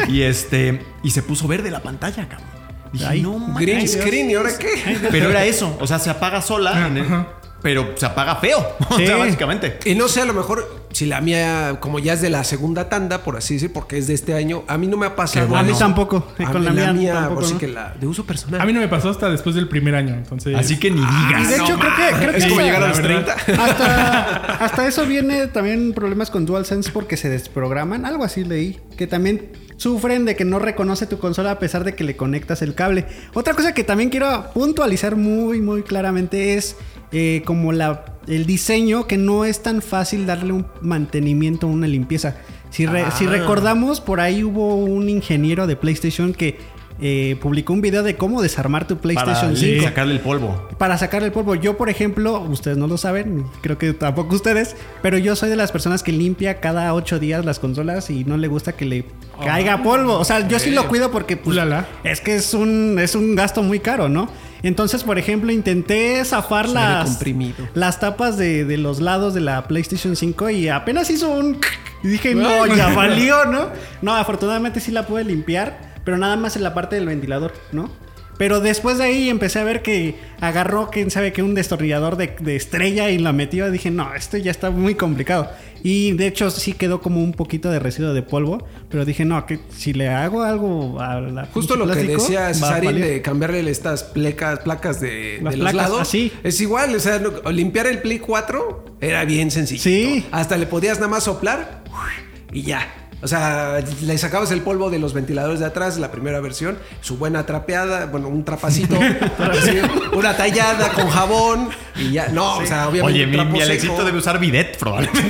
Y se puso verde la pantalla, cabrón. Dije, Ay, no mames. Green screen, ¿y ahora qué? Pero era eso. O sea, se apaga sola. Ajá. Pero se apaga feo. O Sí. sea, básicamente. Y no sé, a lo mejor, si la mía, como ya es de la segunda tanda, por así decir, porque es de este año, a mí no me ha pasado. Qué bueno. A mí tampoco. A Con mí la mía tampoco. así ¿no? que la de uso personal. A mí no me pasó hasta después del primer año. Entonces, Así que ni Y digas. de hecho, creo que es como hasta- llegar a los la verdad. 30. hasta eso viene también problemas con DualSense porque se desprograman. Algo así leí. Que también sufren de que no reconoce tu consola a pesar de que le conectas el cable. Otra cosa que también quiero puntualizar muy, muy claramente es como el diseño, que no es tan fácil darle un mantenimiento, una limpieza. Si recordamos, por ahí hubo un ingeniero de PlayStation que publicó un video de cómo desarmar tu PlayStation Para 5. sacarle el polvo. Para sacarle el polvo. Yo, por ejemplo, ustedes no lo saben, creo que tampoco ustedes, pero yo soy de las personas que limpia cada 8 días las consolas y no le gusta que le caiga polvo. O sea, yo sí lo cuido porque pues, Ulala. es que es un gasto muy caro, ¿no? Entonces, por ejemplo, intenté zafar Suena comprimido. las tapas de los lados de la PlayStation 5 y apenas hizo un... Y dije, no, ya valió, ¿no? No, afortunadamente sí la pude limpiar, pero nada más en la parte del ventilador, ¿no? Pero después de ahí empecé a ver que agarró, quién sabe qué, un destornillador de estrella y la metió. Dije, no, esto ya está muy complicado. Y de hecho sí quedó como un poquito de residuo de polvo. Pero dije, no, que si le hago algo a la Justo lo plástico, que decía va a Cesari valer. de cambiarle estas placas de Las los placas, lados. así. Es igual, o sea, limpiar el Play 4 era bien sencillo. Sí. Hasta le podías nada más soplar y ya. O sea, le sacabas el polvo de los ventiladores de atrás, la primera versión, su buena trapeada, bueno, un trapacito, así, una tallada con jabón y ya. No, o sea, obviamente. Oye, un mi trapo Alexito seco. debe usar bidet, probablemente.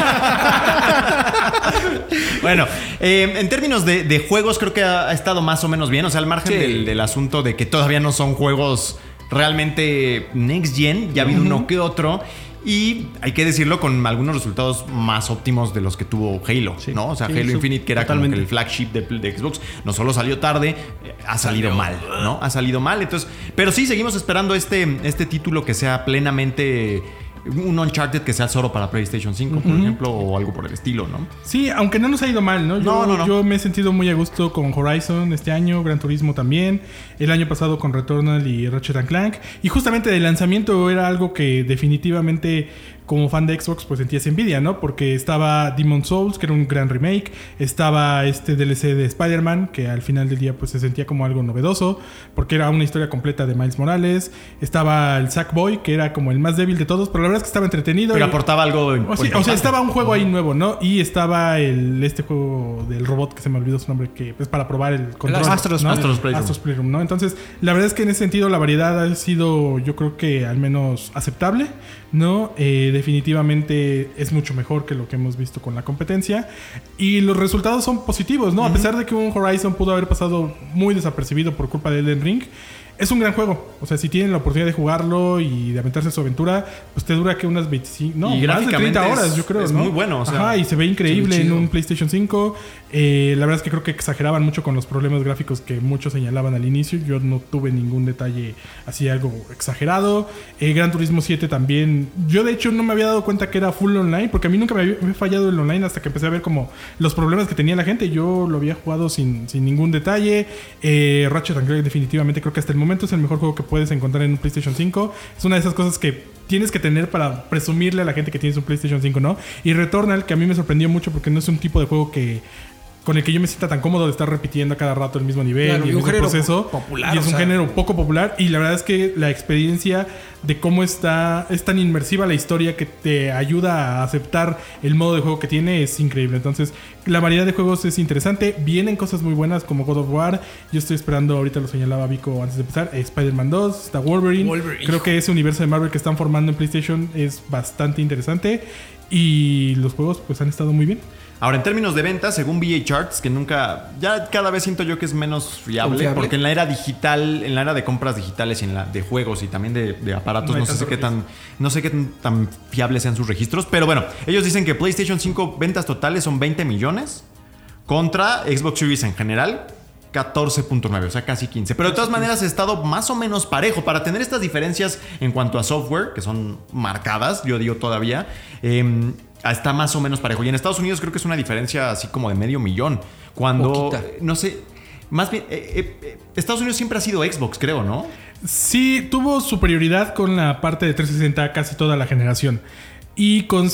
Bueno, en términos de juegos, creo que ha estado más o menos bien. O sea, al margen Sí. del asunto de que todavía no son juegos realmente next gen, ya ha habido uno que otro. Y hay que decirlo con algunos resultados más óptimos de los que tuvo Halo, Sí. ¿no? O sea, Sí, Halo sí, Infinite, que era como que totalmente. el flagship de Xbox, no solo salió tarde, ha salido mal, ¿no? Ha salido mal. Entonces, pero sí, seguimos esperando este título que sea plenamente un Uncharted que sea solo para PlayStation 5, por ejemplo, o algo por el estilo, ¿no? Sí, aunque no nos ha ido mal, ¿no? No. Yo me he sentido muy a gusto con Horizon este año, Gran Turismo también, el año pasado con Returnal y Ratchet & Clank. Y justamente de lanzamiento era algo que definitivamente, como fan de Xbox, pues sentías envidia, ¿no? Porque estaba Demon's Souls, que era un gran remake, estaba este DLC de Spider-Man, que al final del día pues se sentía como algo novedoso, porque era una historia completa de Miles Morales, estaba el Sackboy, que era como el más débil de todos, pero la verdad es que estaba entretenido. Pero y- aportaba algo o importante. sea, estaba un juego ahí nuevo, ¿no? Y estaba este juego del robot que se me olvidó su nombre, que es para probar el control. Astros ¿no? Playroom. Astros Playroom, ¿no? Entonces, la verdad es que en ese sentido la variedad ha sido, yo creo que al menos aceptable, ¿no? Definitivamente es mucho mejor que lo que hemos visto con la competencia. Y los resultados son positivos, ¿no? A pesar de que un Horizon pudo haber pasado muy desapercibido por culpa de Elden Ring, es un gran juego. O sea, si tienen la oportunidad de jugarlo y de aventarse su aventura, pues te dura que unas 25, no, Y más de gráficamente 30 horas, es- yo creo, es ¿no? muy bueno, o sea, ajá, y se ve increíble se ve en chido. un PlayStation 5. La verdad es que creo que exageraban mucho con los problemas gráficos que muchos señalaban al inicio. Yo no tuve ningún detalle así, algo exagerado. Gran Turismo 7 también. Yo, de hecho, no me había dado cuenta que era full online, porque a mí nunca me había fallado el online hasta que empecé a ver como los problemas que tenía la gente. Yo lo había jugado sin ningún detalle. Ratchet & Clank definitivamente creo que hasta el momento es el mejor juego que puedes encontrar en un PlayStation 5. Es una de esas cosas que tienes que tener para presumirle a la gente que tienes un PlayStation 5, ¿no? Y Returnal, que a mí me sorprendió mucho porque no es un tipo de juego con el que yo me sienta tan cómodo de estar repitiendo a cada rato el mismo nivel Claro, y y el un mismo género proceso. popular, Y es o un sea. género poco popular. Y la verdad es que la experiencia de cómo es tan inmersiva la historia que te ayuda a aceptar el modo de juego que tiene es increíble. Entonces, la variedad de juegos es interesante. Vienen cosas muy buenas como God of War. Yo estoy esperando, ahorita lo señalaba Vico antes de empezar, Spider-Man 2, está Wolverine. Creo que ese universo de Marvel que están formando en PlayStation es bastante interesante. Y los juegos pues han estado muy bien. Ahora, en términos de ventas, según VA Charts, que nunca... Ya cada vez siento yo que es menos fiable. ¿Confiable? Porque en la era digital, en la era de compras digitales y en la de juegos y también de aparatos, no sé qué tan fiables sean sus registros. Pero bueno, ellos dicen que PlayStation 5 ventas totales son 20 millones contra Xbox Series en general 14.9, o sea, casi 15. Pero de todas maneras ha estado más o menos parejo. Para tener estas diferencias en cuanto a software, que son marcadas, yo digo todavía, está más o menos parejo. Y en Estados Unidos creo que es una diferencia así como de medio millón. Cuando, Poquita. no sé, más bien, Estados Unidos siempre ha sido Xbox, creo, ¿no? Sí, tuvo superioridad con la parte de 360 casi toda la generación. Y con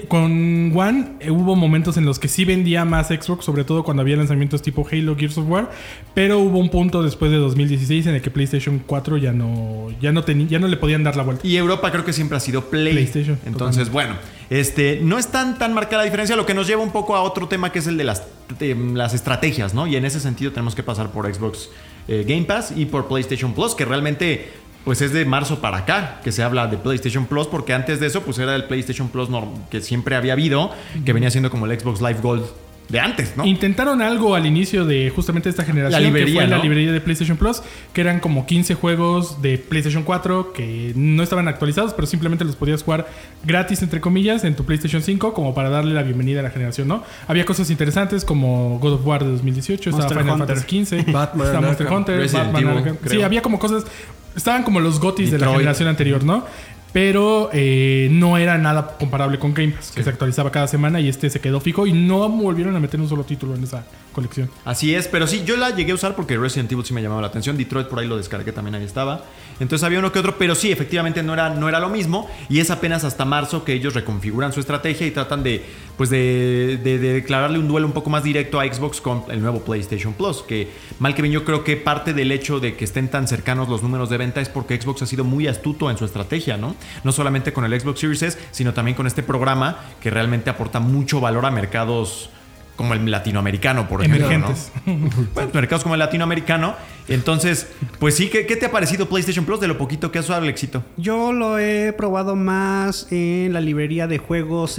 One hubo momentos en los que sí vendía más Xbox, sobre todo cuando había lanzamientos tipo Halo, Gears of War. Pero hubo un punto después de 2016 en el que PlayStation 4 ya no le podían dar la vuelta. Y Europa creo que siempre ha sido PlayStation. Entonces, bueno, no es tan marcada la diferencia, lo que nos lleva un poco a otro tema que es el de las estrategias, ¿no? Y en ese sentido tenemos que pasar por Xbox Game Pass y por PlayStation Plus, que realmente... Pues es de marzo para acá que se habla de PlayStation Plus, porque antes de eso pues era el PlayStation Plus que siempre había habido, que venía siendo como el Xbox Live Gold de antes, ¿no? Intentaron algo al inicio de justamente esta generación, La librería, que fue ¿no? la librería de PlayStation Plus, que eran como 15 juegos de PlayStation 4 que no estaban actualizados, pero simplemente los podías jugar gratis, entre comillas, en tu PlayStation 5, como para darle la bienvenida a la generación, ¿no? Había cosas interesantes como God of War de 2018, estaba Monster Final Hunter. Fantasy XV, Batman, estaba Monster Arkham, Hunter, Resident Batman, Evil, Arkham. creo. Sí, había como cosas... Estaban como los GOTYs de la Detroit. generación anterior, ¿no? Pero no era nada comparable con Game Pass, que se actualizaba cada semana y se quedó fijo y no volvieron a meter un solo título en esa colección. Así es, pero sí, yo la llegué a usar porque Resident Evil sí me llamaba la atención. Detroit por ahí lo descargué, también ahí estaba. Entonces había uno que otro, pero sí, efectivamente no era lo mismo. Y es apenas hasta marzo que ellos reconfiguran su estrategia y tratan de declararle un duelo un poco más directo a Xbox con el nuevo PlayStation Plus. Que mal que bien, yo creo que parte del hecho de que estén tan cercanos los números de venta es porque Xbox ha sido muy astuto en su estrategia, ¿no? No solamente con el Xbox Series S, sino también con este programa que realmente aporta mucho valor a mercados como el latinoamericano, por ejemplo, Emergentes. ¿no? Bueno, mercados como el latinoamericano. Entonces, pues sí, ¿qué te ha parecido PlayStation Plus de lo poquito que has usado, Alexito? Yo lo he probado más en la librería de juegos,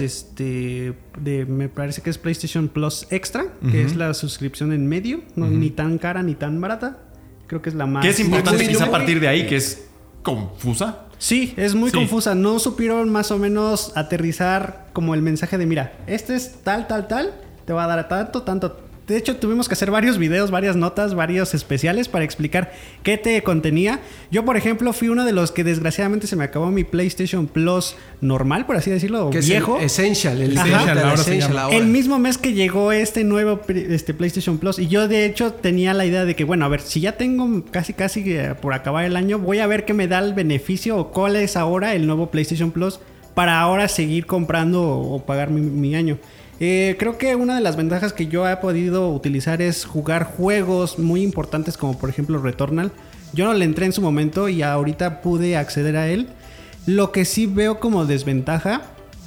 me parece que es PlayStation Plus Extra, que es la suscripción en medio, no ni tan cara ni tan barata. Creo que es la más... Que es importante muy quizá a noble. partir de ahí, que es confusa. Sí, es muy Sí. confusa. No supieron más o menos aterrizar como el mensaje de, mira, este es tal, te va a dar tanto. De hecho, tuvimos que hacer varios videos, varias notas, varios especiales para explicar qué te contenía. Yo, por ejemplo, fui uno de los que desgraciadamente se me acabó mi PlayStation Plus normal, por así decirlo, Que viejo. es el Essential, el Ajá. Essential, Ahora se Essential llama. ahora. El mismo mes que llegó este nuevo PlayStation Plus, y yo de hecho tenía la idea de que, bueno, a ver, si ya tengo casi por acabar el año, voy a ver qué me da el beneficio o cuál es ahora el nuevo PlayStation Plus para ahora seguir comprando o pagar mi año. Creo que una de las ventajas que yo he podido utilizar es jugar juegos muy importantes como por ejemplo Returnal. Yo no le entré en su momento y ahorita pude acceder a él. Lo que sí veo como desventaja,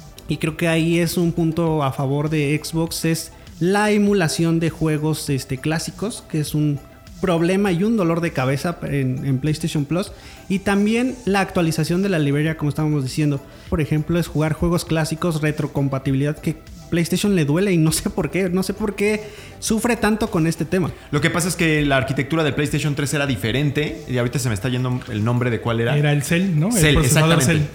y creo que ahí es un punto a favor de Xbox, es la emulación de juegos clásicos, que es un problema y un dolor de cabeza en PlayStation Plus. Y también la actualización de la librería, como estábamos diciendo. Por ejemplo, es jugar juegos clásicos, retrocompatibilidad, que PlayStation le duele y no sé por qué sufre tanto con este tema. Lo que pasa es que la arquitectura de PlayStation 3 era diferente y ahorita se me está yendo el nombre de cuál era. Era el Cell, ¿no? El Cell, procesador exactamente.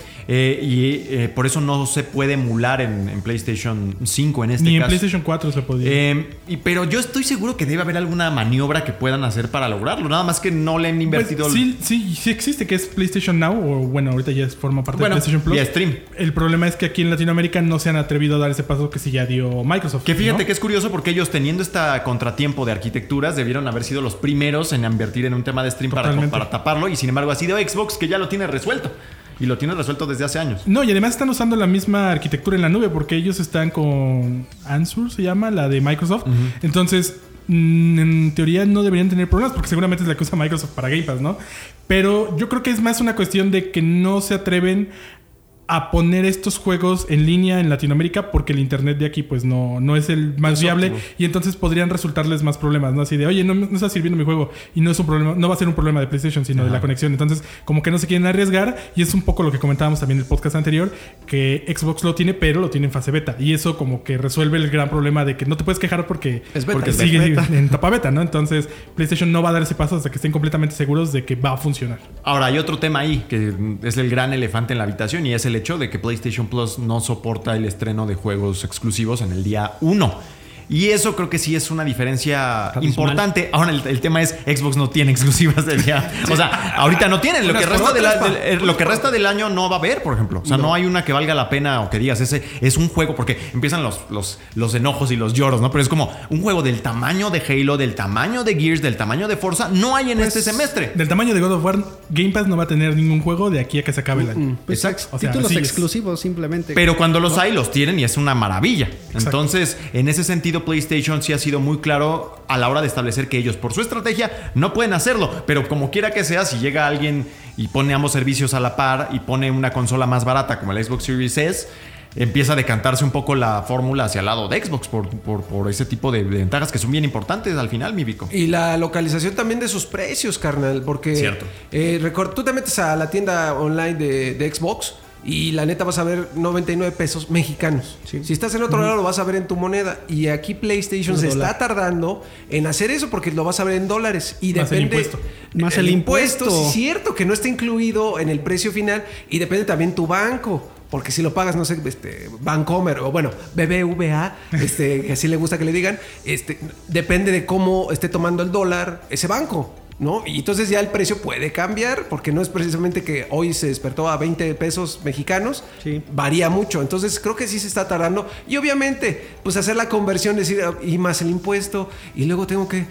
Cell. Por eso no se puede emular en PlayStation 5 en este Ni caso. en PlayStation 4 se podía. Pero yo estoy seguro que debe haber alguna maniobra que puedan hacer para lograrlo. Nada más que no le han invertido... Pues, sí existe, que es PlayStation Now, o bueno, ahorita ya forma parte de Bueno, PlayStation Plus. vía stream. El problema es que aquí en Latinoamérica no se han atrevido a dar ese paso que sí ya dio Microsoft. Que fíjate ¿no? que es curioso porque ellos teniendo esta contratiempo de arquitecturas debieron haber sido los primeros en invertir en un tema de stream para taparlo, y sin embargo ha sido Xbox que ya lo tiene resuelto. Y lo tiene resuelto desde hace años. No, y además están usando la misma arquitectura en la nube porque ellos están con Ansur, se llama, la de Microsoft. Entonces, en teoría no deberían tener problemas porque seguramente es la que usa Microsoft para Game Pass, ¿no? Pero yo creo que es más una cuestión de que no se atreven a poner estos juegos en línea en Latinoamérica porque el internet de aquí pues no es el más viable y entonces podrían resultarles más problemas, ¿no? Así de, oye, no está sirviendo mi juego y no es un problema, no va a ser un problema de PlayStation, sino de la conexión. Entonces, como que no se quieren arriesgar y es un poco lo que comentábamos también en el podcast anterior, que Xbox lo tiene, pero lo tiene en fase beta y eso como que resuelve el gran problema de que no te puedes quejar porque sigue en etapa beta, ¿no? Entonces, PlayStation no va a dar ese paso hasta que estén completamente seguros de que va a funcionar. Ahora, hay otro tema ahí que es el gran elefante en la habitación y es el hecho de que PlayStation Plus no soporta el estreno de juegos exclusivos en el día 1. Y eso creo que sí es una diferencia importante. Ahora el tema es Xbox no tiene exclusivas del día. O sea, ahorita no tienen. Lo que resta del año no va a haber, por ejemplo. O sea, no hay una que valga la pena o que digas, ese es un juego, porque empiezan los enojos y los lloros, ¿no? Pero es como un juego del tamaño de Halo, del tamaño de Gears, del tamaño de Forza, no hay en este semestre. Del tamaño de God of War, Game Pass no va a tener ningún juego de aquí a que se acabe el año. Exacto. O sea, títulos exclusivos simplemente. Pero cuando los hay, los tienen y es una maravilla. Exacto. Entonces, en ese sentido, PlayStation sí ha sido muy claro a la hora de establecer que ellos, por su estrategia, no pueden hacerlo. Pero como quiera que sea, si llega alguien y pone ambos servicios a la par y pone una consola más barata como el Xbox Series S, empieza a decantarse un poco la fórmula hacia el lado de Xbox por ese tipo de ventajas que son bien importantes al final, mi Vico. Y la localización también de sus precios, carnal, porque cierto. Tú te metes a la tienda online de Xbox y la neta vas a ver 99 pesos mexicanos. Sí. Si estás en otro lado lo vas a ver en tu moneda. Y aquí PlayStation se está tardando en hacer eso porque lo vas a ver en dólares. Y más depende... el impuesto. Sí, es cierto que no está incluido en el precio final. Y depende también tu banco. Porque si lo pagas, no sé, Bancomer o bueno, BBVA, que así le gusta que le digan, depende de cómo esté tomando el dólar ese banco, ¿no? Y entonces ya el precio puede cambiar porque no es precisamente que hoy se despertó a 20 pesos mexicanos, varía mucho. Entonces creo que sí se está tardando y obviamente pues hacer la conversión, decir y más el impuesto y luego tengo que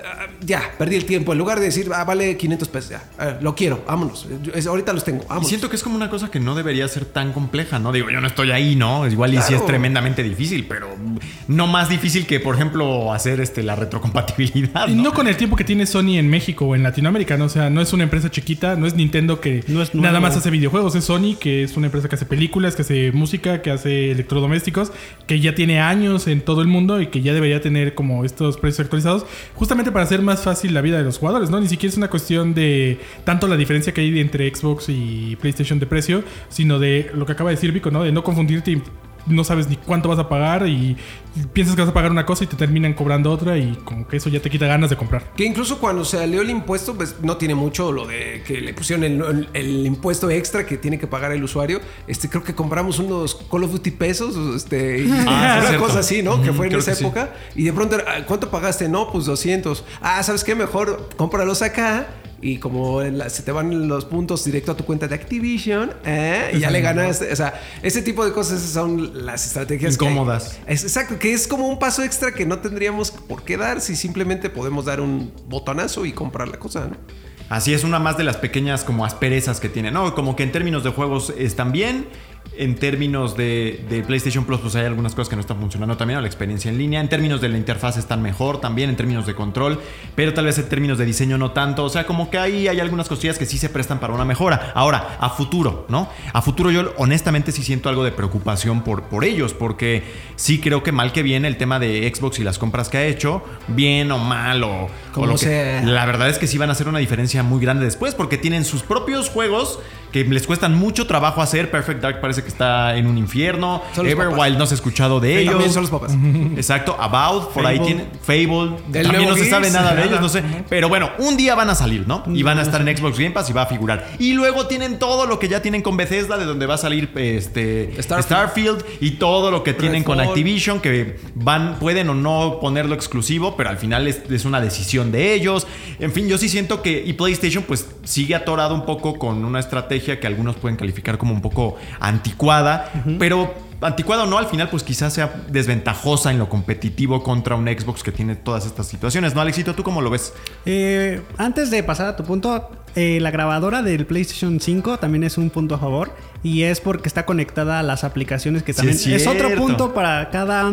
ya perdí el tiempo en lugar de decir vale 500 pesos ya, lo quiero, vámonos, ahorita los tengo, vámonos. Y siento que es como una cosa que no debería ser tan compleja, ¿no? Digo, yo no estoy ahí, ¿no? Igual y sí es tremendamente difícil, pero no más difícil que por ejemplo hacer la retrocompatibilidad, ¿no? Y no con el tiempo que tiene Sony en México o en Latinoamérica, ¿no? O sea, no es una empresa chiquita, no es Nintendo que nada más hace videojuegos, es Sony, que es una empresa que hace películas, que hace música, que hace electrodomésticos, que ya tiene años en todo el mundo y que ya debería tener como estos precios actualizados, justamente para hacer más fácil la vida de los jugadores, ¿no? Ni siquiera es una cuestión de tanto la diferencia que hay entre Xbox y PlayStation de precio, sino de lo que acaba de decir Vico, ¿no? De no confundirte y no sabes ni cuánto vas a pagar y piensas que vas a pagar una cosa y te terminan cobrando otra y como que eso ya te quita ganas de comprar. Que incluso cuando salió el impuesto, pues no tiene mucho lo de que le pusieron el impuesto extra que tiene que pagar el usuario. Creo que compramos unos Call of Duty pesos, una cosa así, ¿no? Que fue en esa época. Sí. Y de pronto, ¿cuánto pagaste? No, pues 200. ¿Sabes qué? Mejor cómpralos acá. Y como se te van los puntos directo a tu cuenta de Activision, y ya le ganas. O sea, ese tipo de cosas son las estrategias incómodas. Exacto, que es como un paso extra que no tendríamos por qué dar si simplemente podemos dar un botonazo y comprar la cosa, ¿no? Así es, una más de las pequeñas como asperezas que tiene, ¿no? Como que en términos de juegos están bien. En términos de PlayStation Plus, pues hay algunas cosas que no están funcionando también, la experiencia en línea. En términos de la interfaz están mejor también, en términos de control, pero tal vez en términos de diseño no tanto. O sea, como que ahí hay algunas cosillas que sí se prestan para una mejora. Ahora, a futuro, ¿no? A futuro yo honestamente sí siento algo de preocupación por ellos, porque sí creo que mal que bien el tema de Xbox y las compras que ha hecho, bien o mal o lo que... La verdad es que sí van a hacer una diferencia muy grande después, porque tienen sus propios juegos que les cuestan mucho trabajo hacer. Perfect Dark parece que está en un infierno. Everwild no se ha escuchado de ellos. También son los papás. Exacto. About, por ahí tiene Fable. También no se sabe nada de ellos, no sé. Pero bueno, un día van a salir, ¿no? Y van a estar en Xbox Game Pass y va a figurar. Y luego tienen todo lo que ya tienen con Bethesda, de donde va a salir Starfield y todo lo que tienen con Activision, que pueden o no ponerlo exclusivo, pero al final es una decisión de ellos. En fin, yo sí siento que y PlayStation pues sigue atorado un poco con una estrategia que algunos pueden calificar como un poco anticuada, pero anticuada o no, al final pues quizás sea desventajosa en lo competitivo contra un Xbox que tiene todas estas situaciones, ¿no, Alexito? ¿Tú cómo lo ves? Antes de pasar a tu punto, la grabadora del PlayStation 5 también es un punto a favor, y es porque está conectada a las aplicaciones, que también es otro punto para cada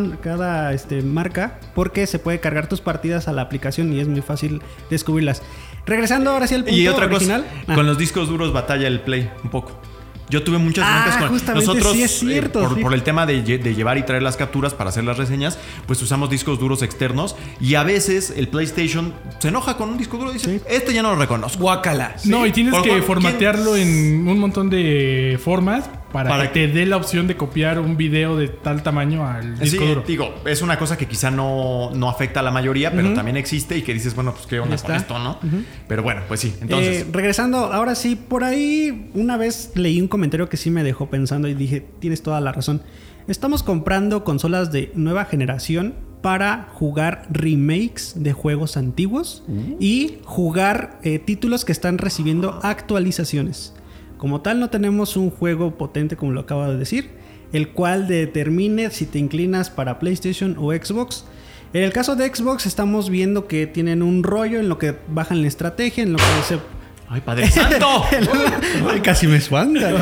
marca, porque se puede cargar tus partidas a la aplicación y es muy fácil descubrirlas. Regresando ahora sí al punto y otra original. Cosa, con los discos duros batalla el Play un poco. Yo tuve muchas broncas con justamente, nosotros. sí es cierto, sí. Por el tema de llevar y traer las capturas para hacer las reseñas, pues usamos discos duros externos. Y a veces el PlayStation se enoja con un disco duro y dice: Este ya no lo reconozco. Guácala. No, y tienes que ¿Quién? formatearlo en un montón de formas para que te dé la opción de copiar un video de tal tamaño al disco duro. Digo, es una cosa que quizá no afecta a la mayoría, pero también existe y que dices, bueno, pues qué onda con esto, ¿no? Pero bueno, pues sí. Entonces, regresando, ahora sí, por ahí una vez leí un comentario que sí me dejó pensando y dije, tienes toda la razón. Estamos comprando consolas de nueva generación para jugar remakes de juegos antiguos y jugar títulos que están recibiendo actualizaciones. Como tal, no tenemos un juego potente, como lo acabo de decir, el cual determine si te inclinas para PlayStation o Xbox. En el caso de Xbox, estamos viendo que tienen un rollo en lo que bajan la estrategia, en lo que se... ¡Ay, Padre Santo! Ay, casi me espanta.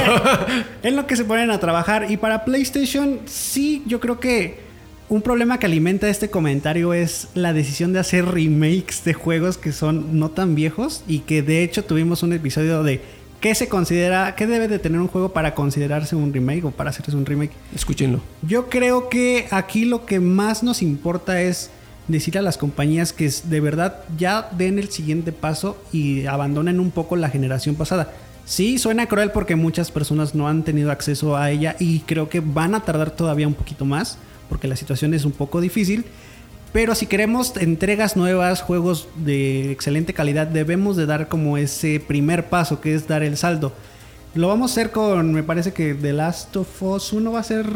En lo que se ponen a trabajar. Y para PlayStation, sí, yo creo que un problema que alimenta este comentario es la decisión de hacer remakes de juegos que son no tan viejos y que de hecho tuvimos un episodio de ¿qué se considera, qué debe de tener un juego para considerarse un remake o para hacerse un remake? Escúchenlo. Yo creo que aquí lo que más nos importa es decir a las compañías que de verdad ya den el siguiente paso y abandonen un poco la generación pasada. Sí, suena cruel porque muchas personas no han tenido acceso a ella y creo que van a tardar todavía un poquito más porque la situación es un poco difícil. Pero si queremos entregas nuevas, juegos de excelente calidad, debemos de dar como ese primer paso, que es dar el saldo. Lo vamos a hacer con, me parece que The Last of Us 1 va a ser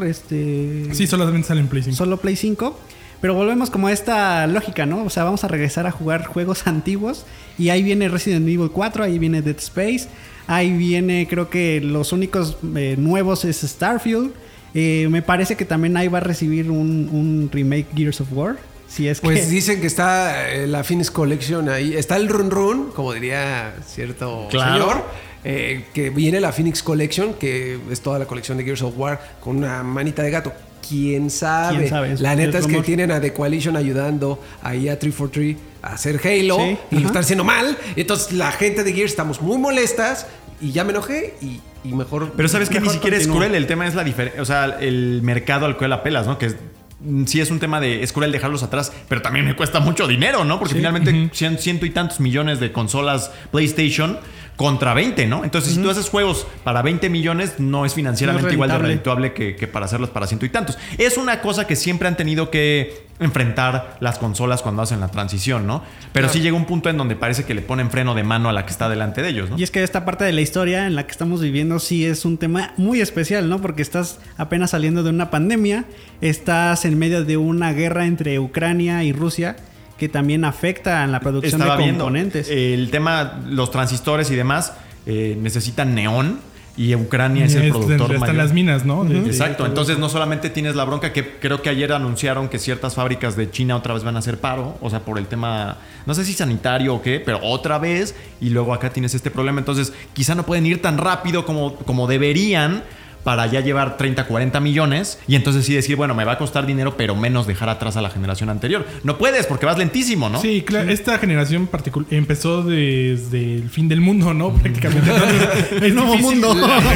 Sí, solamente sale en Play 5. Solo Play 5. Pero volvemos como a esta lógica, ¿no? O sea, vamos a regresar a jugar juegos antiguos. Y ahí viene Resident Evil 4, ahí viene Dead Space. Ahí viene, creo que los únicos nuevos es Starfield. Me parece que también ahí va a recibir un remake Gears of War. Si es pues dicen que está la Phoenix Collection ahí. Está el Run Run, como diría cierto señor. Que viene la Phoenix Collection, que es toda la colección de Gears of War con una manita de gato. ¿Quién sabe? ¿Quién sabe? La neta es que tienen a The Coalition ayudando ahí a 343 a hacer Halo y lo están haciendo mal. Entonces la gente de Gears estamos muy molestas y ya me enojé y mejor... Pero sabes que ni siquiera continúo. es cruel. El tema es la diferencia, o sea, el mercado al cual apelas, ¿no? Que sí es un tema de... Es cruel dejarlos atrás, pero también me cuesta mucho dinero, ¿no? Porque finalmente ciento y tantos millones de consolas PlayStation contra 20, ¿no? Entonces, si tú haces juegos para 20 millones, no es financieramente igual de redituable que para hacerlos para ciento y tantos. Es una cosa que siempre han tenido que enfrentar las consolas cuando hacen la transición, ¿no? Pero sí llega un punto en donde parece que le ponen freno de mano a la que está delante de ellos, ¿no? Y es que esta parte de la historia en la que estamos viviendo sí es un tema muy especial, ¿no? Porque estás apenas saliendo de una pandemia, estás en medio de una guerra entre Ucrania y Rusia que también afecta en la producción de componentes. El tema, los transistores y demás necesitan neón. Y Ucrania es el productor mayor. Están las minas, ¿no? Exacto. Entonces no solamente tienes la bronca que creo que ayer anunciaron que ciertas fábricas de China otra vez van a hacer paro. O sea, por el tema, no sé si sanitario o qué, pero otra vez. Y luego acá tienes este problema. Entonces quizá no pueden ir tan rápido como deberían para ya llevar 30, 40 millones y entonces sí decir, bueno, me va a costar dinero, pero menos dejar atrás a la generación anterior. No puedes porque vas lentísimo, ¿no? Sí, claro. Esta generación empezó desde el fin del mundo, ¿no? Prácticamente. Entonces, el nuevo mundo.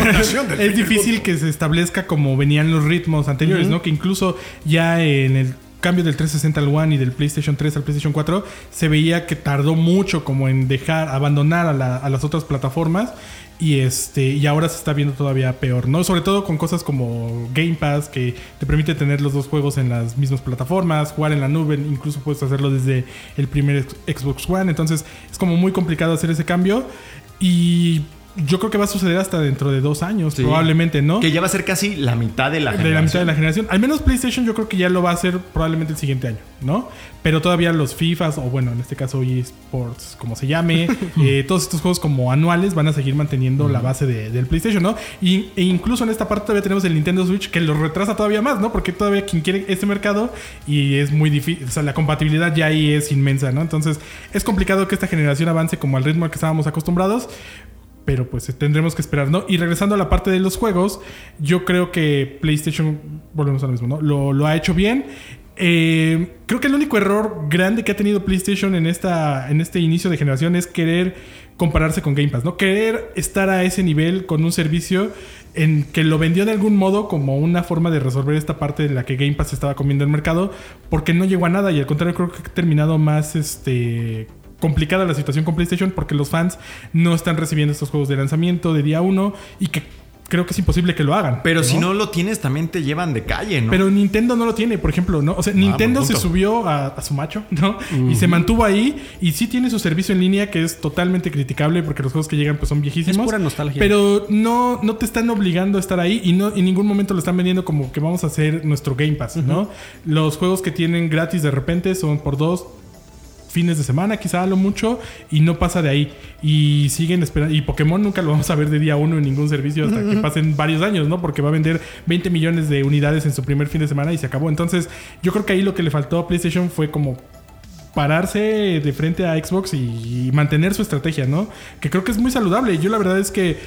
Es difícil que se establezca como venían los ritmos anteriores, ¿no? Que incluso ya en el cambio del 360 al One y del PlayStation 3 al PlayStation 4 se veía que tardó mucho como en abandonar a las otras plataformas. Y ahora se está viendo todavía peor, ¿no? Sobre todo con cosas como Game Pass, que te permite tener los dos juegos en las mismas plataformas, jugar en la nube, incluso puedes hacerlo desde el primer Xbox One. Entonces es como muy complicado hacer ese cambio. Y yo creo que va a suceder hasta dentro de 2 años, probablemente, ¿no? Que ya va a ser casi la mitad de la generación. De la mitad de la generación. Al menos PlayStation yo creo que ya lo va a hacer probablemente el siguiente año, ¿no? Pero todavía los FIFAs, o bueno, en este caso eSports, como se llame, todos estos juegos como anuales van a seguir manteniendo la base del PlayStation, ¿no? E incluso en esta parte todavía tenemos el Nintendo Switch que lo retrasa todavía más, ¿no? Porque todavía quien quiere este mercado y es muy difícil, o sea, la compatibilidad ya ahí es inmensa, ¿no? Entonces es complicado que esta generación avance como al ritmo al que estábamos acostumbrados. Pero pues tendremos que esperar, ¿no? Y regresando a la parte de los juegos, yo creo que PlayStation, volvemos a lo mismo, ¿no? Lo ha hecho bien. Creo que el único error grande que ha tenido PlayStation en este inicio de generación es querer compararse con Game Pass, ¿no? Querer estar a ese nivel con un servicio en que lo vendió de algún modo como una forma de resolver esta parte de la que Game Pass estaba comiendo el mercado, porque no llegó a nada y al contrario creo que ha terminado más complicada la situación con PlayStation porque los fans no están recibiendo estos juegos de lanzamiento de día 1 y que creo que es imposible que lo hagan. Pero si no lo tienes, también te llevan de calle, ¿no? Pero Nintendo no lo tiene, por ejemplo, ¿no? O sea, Nintendo se subió a su macho, ¿no? Y se mantuvo ahí. Y sí tiene su servicio en línea que es totalmente criticable porque los juegos que llegan pues son viejísimos. Es pura nostalgia. Pero no te están obligando a estar ahí y no en ningún momento lo están vendiendo como que vamos a hacer nuestro Game Pass, ¿no? Los juegos que tienen gratis de repente son por 2 fines de semana, quizá a lo mucho, y no pasa de ahí. Y siguen esperando. Y Pokémon nunca lo vamos a ver de día 1 en ningún servicio hasta que pasen varios años, ¿no? Porque va a vender 20 millones de unidades en su primer fin de semana y se acabó. Entonces, yo creo que ahí lo que le faltó a PlayStation fue como pararse de frente a Xbox y mantener su estrategia, ¿no? Que creo que es muy saludable. Yo la verdad es que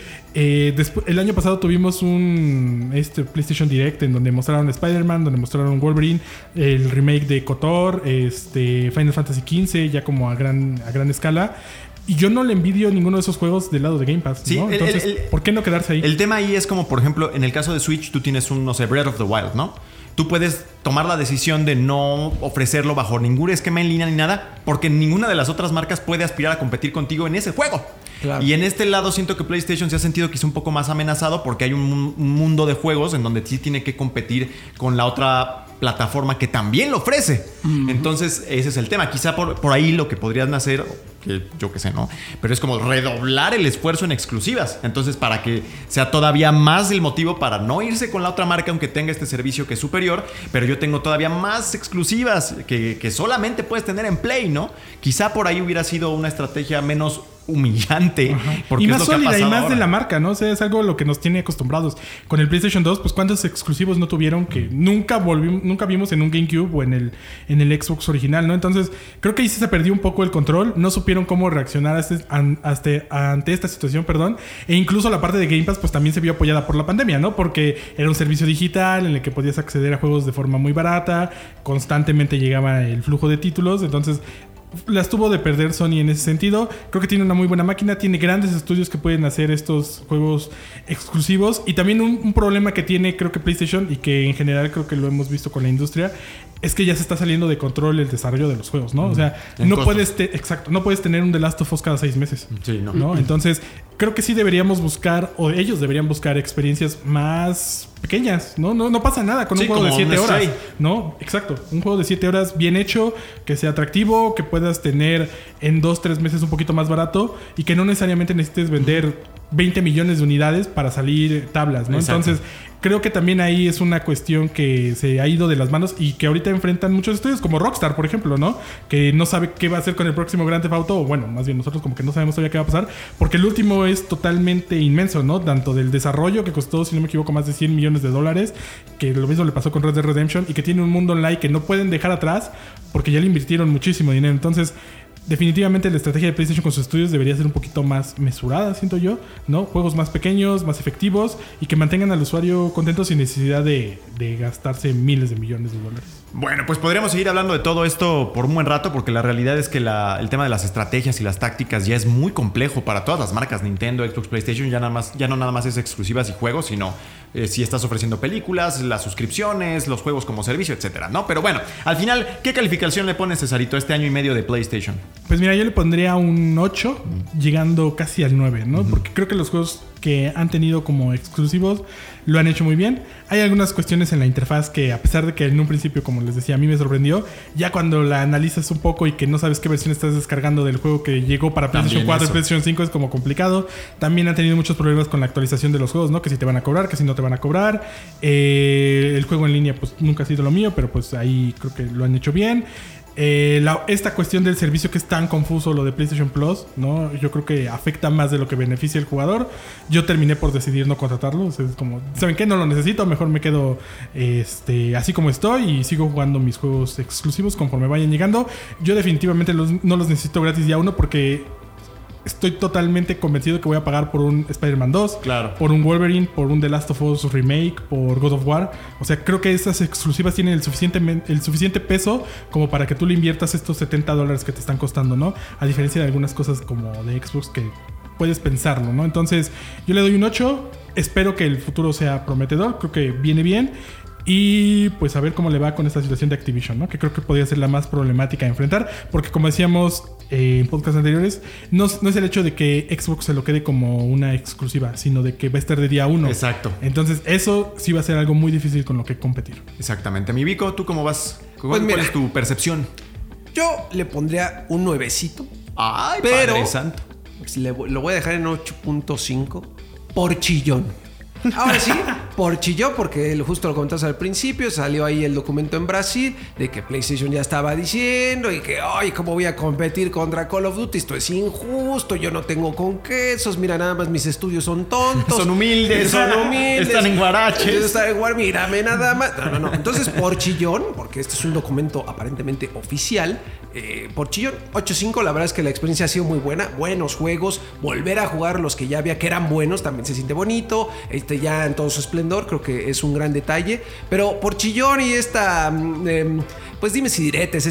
el año pasado tuvimos un PlayStation Direct en donde mostraron Spider-Man, donde mostraron Wolverine, el remake de KOTOR, Final Fantasy XV, ya como a gran escala. Y yo no le envidio ninguno de esos juegos del lado de Game Pass, ¿no? Sí, Entonces, ¿por qué no quedarse ahí? El tema ahí es como, por ejemplo, en el caso de Switch, tú tienes un, no sé, Breath of the Wild, ¿no? Tú puedes tomar la decisión de no ofrecerlo bajo ningún esquema en línea ni nada, porque ninguna de las otras marcas puede aspirar a competir contigo en ese juego. Claro. Y en este lado siento que PlayStation se ha sentido quizá un poco más amenazado porque hay un mundo de juegos en donde sí tiene que competir con la otra plataforma que también lo ofrece. Entonces ese es el tema. Quizá por ahí lo que podrían hacer, que yo qué sé, ¿no? Pero es como redoblar el esfuerzo en exclusivas. Entonces para que sea todavía más el motivo para no irse con la otra marca aunque tenga este servicio que es superior, pero yo tengo todavía más exclusivas que solamente puedes tener en Play, ¿no? Quizá por ahí hubiera sido una estrategia menos humillante. Y más sólida y más ahora de la marca, ¿no? O sea, es algo a lo que nos tiene acostumbrados. Con el PlayStation 2, pues ¿cuántos exclusivos no tuvieron que nunca vimos en un GameCube o en el Xbox original, ¿no? Entonces, creo que ahí se perdió un poco el control. No supieron cómo reaccionar ante esta situación, perdón. E incluso la parte de Game Pass, pues también se vio apoyada por la pandemia, ¿no? Porque era un servicio digital en el que podías acceder a juegos de forma muy barata. Constantemente llegaba el flujo de títulos. Entonces, las tuvo de perder Sony en ese sentido. Creo que tiene una muy buena máquina, tiene grandes estudios que pueden hacer estos juegos exclusivos. Y también un problema que tiene creo que PlayStation, y que en general creo que lo hemos visto con la industria, es que ya se está saliendo de control el desarrollo de los juegos, ¿no? O sea, no puedes tener un The Last of Us cada 6 meses. Sí, ¿no? Entonces, creo que sí deberíamos buscar, o ellos deberían buscar experiencias más pequeñas, ¿no? No pasa nada con un juego de 7 horas, ¿no? Exacto. Un juego de 7 horas bien hecho, que sea atractivo, que puedas tener en 2-3 meses un poquito más barato y que no necesariamente necesites vender 20 millones de unidades para salir tablas, ¿no? Exacto. Entonces, creo que también ahí es una cuestión que se ha ido de las manos y que ahorita enfrentan muchos estudios, como Rockstar, por ejemplo, ¿no? Que no sabe qué va a hacer con el próximo Grand Theft Auto, o bueno, más bien nosotros como que no sabemos todavía qué va a pasar, porque el último es totalmente inmenso, ¿no? Tanto del desarrollo, que costó, si no me equivoco, más de $100 millones, que lo mismo le pasó con Red Dead Redemption, y que tiene un mundo online que no pueden dejar atrás porque ya le invirtieron muchísimo dinero. Entonces, definitivamente la estrategia de PlayStation con sus estudios debería ser un poquito más mesurada, siento yo, ¿no? Juegos más pequeños, más efectivos y que mantengan al usuario contento sin necesidad de gastarse miles de millones de dólares. Bueno, pues podríamos seguir hablando de todo esto por un buen rato, porque la realidad es que el tema de las estrategias y las tácticas ya es muy complejo para todas las marcas. Nintendo, Xbox, PlayStation ya no nada más es exclusivas y juegos, sino si estás ofreciendo películas, las suscripciones, los juegos como servicio, etcétera, ¿no? Pero bueno, al final, ¿qué calificación le pones, Cesarito, a este año y medio de PlayStation? Pues mira, yo le pondría un 8, llegando casi al 9, ¿no? Porque creo que los juegos que han tenido como exclusivos lo han hecho muy bien. Hay algunas cuestiones en la interfaz que, a pesar de que en un principio, como les decía, a mí me sorprendió, ya cuando la analizas un poco y que no sabes qué versión estás descargando del juego que llegó para PlayStation 4 y PlayStation 5, es como complicado. También han tenido muchos problemas con la actualización de los juegos, ¿no? Que si te van a cobrar, que si no te van a cobrar. El juego en línea pues nunca ha sido lo mío, pero pues ahí creo que lo han hecho bien. Esta cuestión del servicio que es tan confuso, lo de PlayStation Plus, ¿no? Yo creo que afecta más de lo que beneficia al jugador. Yo terminé por decidir no contratarlo. O sea, es como, ¿saben qué? No lo necesito, mejor me quedo así como estoy y sigo jugando mis juegos exclusivos conforme vayan llegando. Yo definitivamente no los necesito gratis día uno, porque estoy totalmente convencido que voy a pagar por un Spider-Man 2, Claro. por un Wolverine, por un The Last of Us Remake, por God of War. O sea, creo que estas exclusivas tienen el suficiente peso como para que tú le inviertas estos $70 que te están costando, ¿no? A diferencia de algunas cosas como de Xbox que puedes pensarlo, ¿no? Entonces, yo le doy un 8. Espero que el futuro sea prometedor. Creo que viene bien. Y pues a ver cómo le va con esta situación de Activision, ¿no? Que creo que podría ser la más problemática de enfrentar. Porque como decíamos en podcasts anteriores, no es el hecho de que Xbox se lo quede como una exclusiva, sino de que va a estar de día 1. Exacto. Entonces eso sí va a ser algo muy difícil con lo que competir. Exactamente. Mi Vico, ¿tú cómo vas? Pues mira, ¿Cuál es tu percepción? Yo le pondría un 9cito. Ay, Pero- Padre Santo. Lo voy a dejar en 8.5 por chillón. Ahora sí, por chillón, porque justo lo comentabas al principio, salió ahí el documento en Brasil de que PlayStation ya estaba diciendo y que, ay, ¿cómo voy a competir contra Call of Duty? Esto es injusto, yo no tengo con quesos, mira, nada más mis estudios son tontos. Son humildes. Están en guaraches. Están en guaraches, mírame nada más. No. Entonces, por chillón, porque este es un documento aparentemente oficial, por chillón, 8.5, la verdad es que la experiencia ha sido muy buena, buenos juegos, volver a jugar los que ya había que eran buenos, también se siente bonito, ya en todo su esplendor, creo que es un gran detalle, pero por chillón y esta, pues dime si diretes,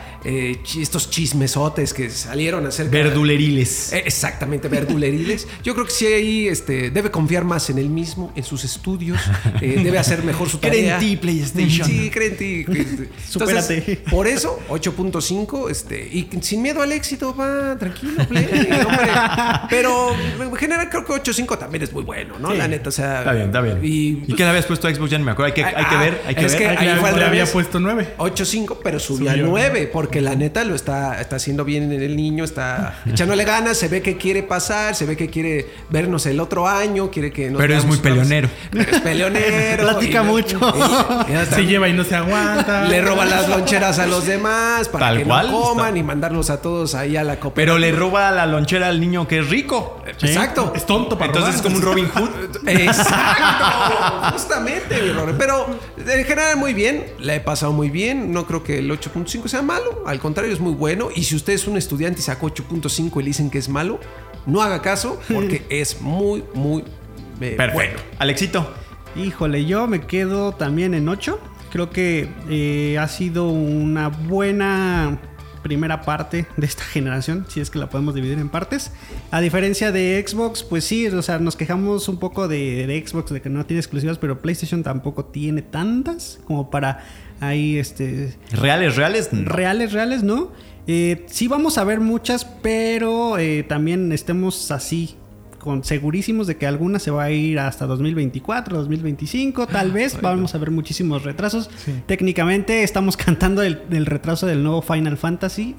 estos chismesotes que salieron acerca Verduleriles. Exactamente, verduleriles. Yo creo que sí ahí debe confiar más en él mismo, en sus estudios, debe hacer mejor su Cree tarea. en ti, PlayStation. Sí, cree en ti. Supérate. Entonces, por eso, 8.5, y sin miedo al éxito, va, tranquilo, Play, hombre. Pero en general creo que 8.5 también es muy bueno, ¿no? Sí. La neta, o sea... Está bien. ¿Y qué le habías puesto a Xbox? Ya no me acuerdo. Hay que ver. es que ahí fue al le había revés. puesto 9. 8.5, pero subió a Subió. 9, porque la neta lo está haciendo bien en el niño, está echándole ganas, se ve que quiere pasar, se ve que quiere vernos el otro año, quiere que nos Pero es veamos muy otra vez. peleonero. Pero es peleonero. Platica mucho. Se lleva y no se aguanta. Le roba las loncheras a los demás para Tal que cual, no coman está. y mandarlos a todos ahí a la copa. Pero le roba la lonchera al niño que es rico. Exacto. Es tonto para Entonces es robar. como un Robin Hood. Exacto, justamente, mi Robert. Pero en general muy bien, la he pasado muy bien. No creo que el 8.5 sea malo, al contrario, es muy bueno. Y si usted es un estudiante y sacó 8.5 y le dicen que es malo, no haga caso porque es muy Perfecto. bueno. Alexito. Híjole, yo me quedo también en 8. Creo que ha sido una buena primera parte de esta generación, si es que la podemos dividir en partes. A diferencia de Xbox, pues sí, o sea, nos quejamos un poco de Xbox, de que no tiene exclusivas, pero PlayStation tampoco tiene tantas como para ahí, ¿Reales? No. reales, ¿no? Sí vamos a ver muchas, pero también estemos así, segurísimos de que alguna se va a ir hasta 2024, 2025, tal vez. Vamos a ver muchísimos retrasos. Sí. Técnicamente estamos cantando el retraso del nuevo Final Fantasy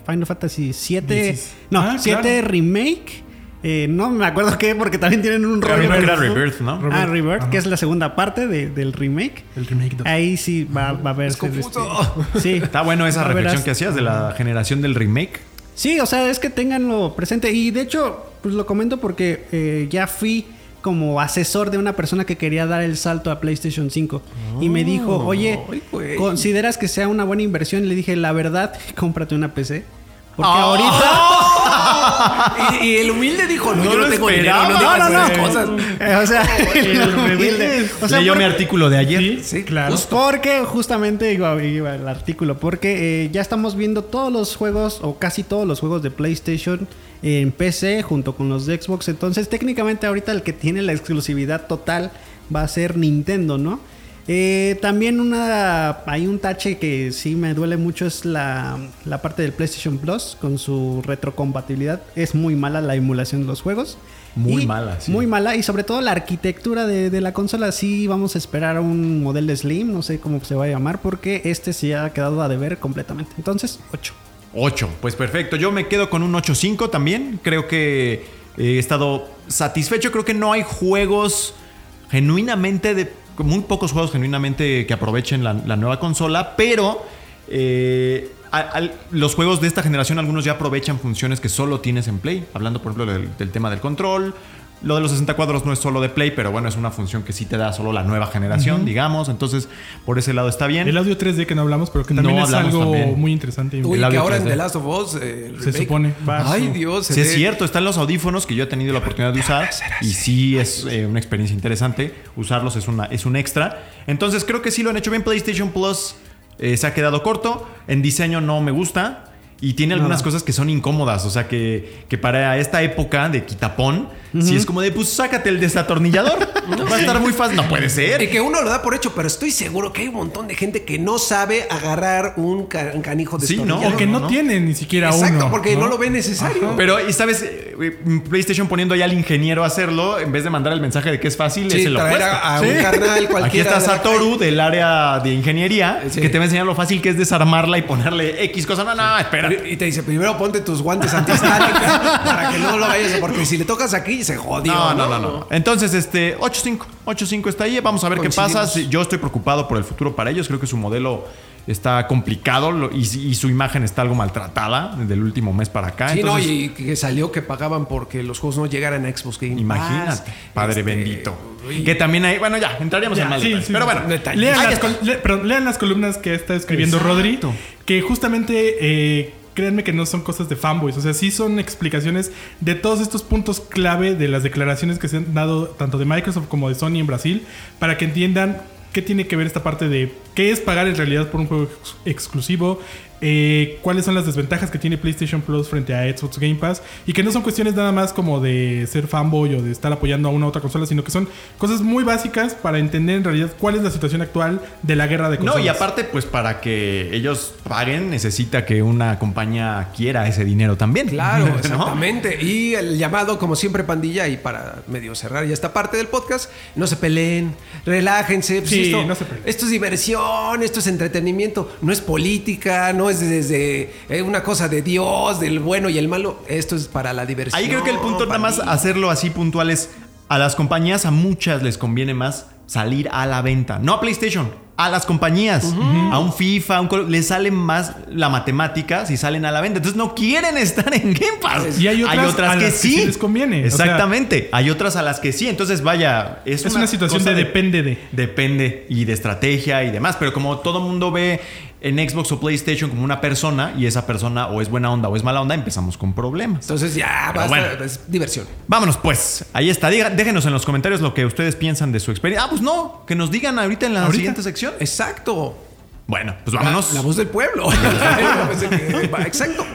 7. No, Ah, 7 claro. Remake. No me acuerdo qué, porque también tienen un rollo. Era Rebirth, ¿no? Rebirth, Ajá. que es la segunda parte del remake. El remake 2. Ahí sí va a haber. Es confuso. Sí. Está bueno esa Va a haber reflexión que hacías de la generación del remake. Sí, o sea, es que tenganlo presente. Y de hecho, pues lo comento porque ya fui como asesor de una persona que quería dar el salto a PlayStation 5. Y me dijo, oye, Ay, güey. ¿consideras que sea una buena inversión? Y le dije, la verdad, cómprate una PC. Porque Oh. ahorita... Y el humilde dijo, no, yo no lo tengo esperaba, dinero, no digas no. esas cosas. o sea, el humilde. O sea, Leyó mi porque- artículo de ayer. Sí, Sí, claro. justo. Porque justamente iba el artículo, porque ya estamos viendo todos los juegos o casi todos los juegos de PlayStation en PC junto con los de Xbox. Entonces técnicamente ahorita el que tiene la exclusividad total va a ser Nintendo, ¿no? También hay un tache que sí me duele mucho, es la parte del PlayStation Plus con su retrocompatibilidad. Es muy mala la emulación de los juegos. Muy mala, sí. Muy mala, y sobre todo la arquitectura de la consola. Sí vamos a esperar un modelo Slim, no sé cómo se va a llamar, porque se ha quedado a deber completamente. Entonces, 8. 8, pues perfecto. Yo me quedo con un 8.5 también. Creo que he estado satisfecho. Creo que no hay juegos genuinamente muy pocos juegos genuinamente que aprovechen la nueva consola, pero los juegos de esta generación, algunos ya aprovechan funciones que solo tienes en Play. Hablando, por ejemplo, del tema del control. Lo de los 60 cuadros no es solo de Play, pero bueno, es una función que sí te da solo la nueva generación, digamos. Entonces, por ese lado está bien. El audio 3D que no hablamos, pero que también No es hablamos algo también. muy interesante. Uy, El que audio ahora en 3D. The Last of Us el Se remake. supone. Ay, Dios. Sí, es cierto, están los audífonos que yo he tenido la oportunidad de usar y sí es una experiencia interesante. Usarlos es un extra. Entonces creo que sí lo han hecho bien. PlayStation Plus se ha quedado corto. En diseño no me gusta y tiene algunas cosas que son incómodas. O sea que para esta época de quitapón, sí es como de, pues sácate el desatornillador. Va a estar muy fácil. No puede ser. Y que uno lo da por hecho, pero estoy seguro que hay un montón de gente que no sabe agarrar un canijo de Sí, ¿no? destornillador. O que no, no. tiene ni siquiera uno. Exacto, porque no lo ve necesario. Pero, y sabes, PlayStation poniendo ya al ingeniero a hacerlo, en vez de mandar el mensaje de que es fácil, Sí, es el traer opuesto. a un carnal cualquiera. Aquí está de la Satoru calle. del área de ingeniería, Sí. que te va a enseñar lo fácil que es desarmarla y ponerle X cosa. No, espera. Y te dice, primero ponte tus guantes antiestáticos para que no lo vayas, porque si le tocas aquí se jodió. No. Entonces, 8.5 está ahí. Vamos a ver qué pasa. Coincidimos. Sí, yo estoy preocupado por el futuro para ellos. Creo que su modelo está complicado y su imagen está algo maltratada desde el último mes para acá. Sí, Entonces, no, y que salió que pagaban porque los juegos no llegaran a Xbox Game Pass. imagínate, padre bendito. uy. Que también hay... Bueno, ya, entraríamos en Ya, más sí, detalles. sí. Pero bueno, Lean, ahí las está. lean las columnas que está escribiendo Exacto. Rodri, que justamente créanme que no son cosas de fanboys, o sea, sí son explicaciones de todos estos puntos clave de las declaraciones que se han dado tanto de Microsoft como de Sony en Brasil, para que entiendan qué tiene que ver esta parte de qué es pagar en realidad por un juego exclusivo, cuáles son las desventajas que tiene PlayStation Plus frente a Xbox Game Pass, y que no son cuestiones nada más como de ser fanboy o de estar apoyando a una u otra consola, sino que son cosas muy básicas para entender en realidad cuál es la situación actual de la guerra de consolas. No, y aparte, pues para que ellos paguen, necesita que una compañía quiera ese dinero también. Claro, ¿no? exactamente. Y el llamado, como siempre, pandilla, y para medio cerrar ya esta parte del podcast, no se peleen, relájense. Pues Sí, no se peleen. esto es diversión, esto es entretenimiento, no es política, no es desde una cosa de Dios, del bueno y el malo. Esto es para la diversión. Ahí creo que el punto nada más pandilla. hacerlo así puntual es a las compañías, a muchas les conviene más salir a la venta. No a PlayStation, a las compañías. A un FIFA, les sale más la matemática si salen a la venta. Entonces no quieren estar en Game Pass. Y hay otras a que las que sí les conviene. Exactamente. Hay otras a las que sí. Entonces vaya, Es una situación cosa de depende de. Depende y de estrategia y demás. Pero como todo mundo ve en Xbox o PlayStation como una persona y esa persona o es buena onda o es mala onda, empezamos con problemas. Entonces ya, Pero basta, bueno. es diversión. Vámonos pues, ahí está. Déjenos en los comentarios lo que ustedes piensan de su experiencia. Pues no, que nos digan ahorita en la siguiente sección. Exacto. Bueno, pues vámonos. La voz del pueblo. Exacto.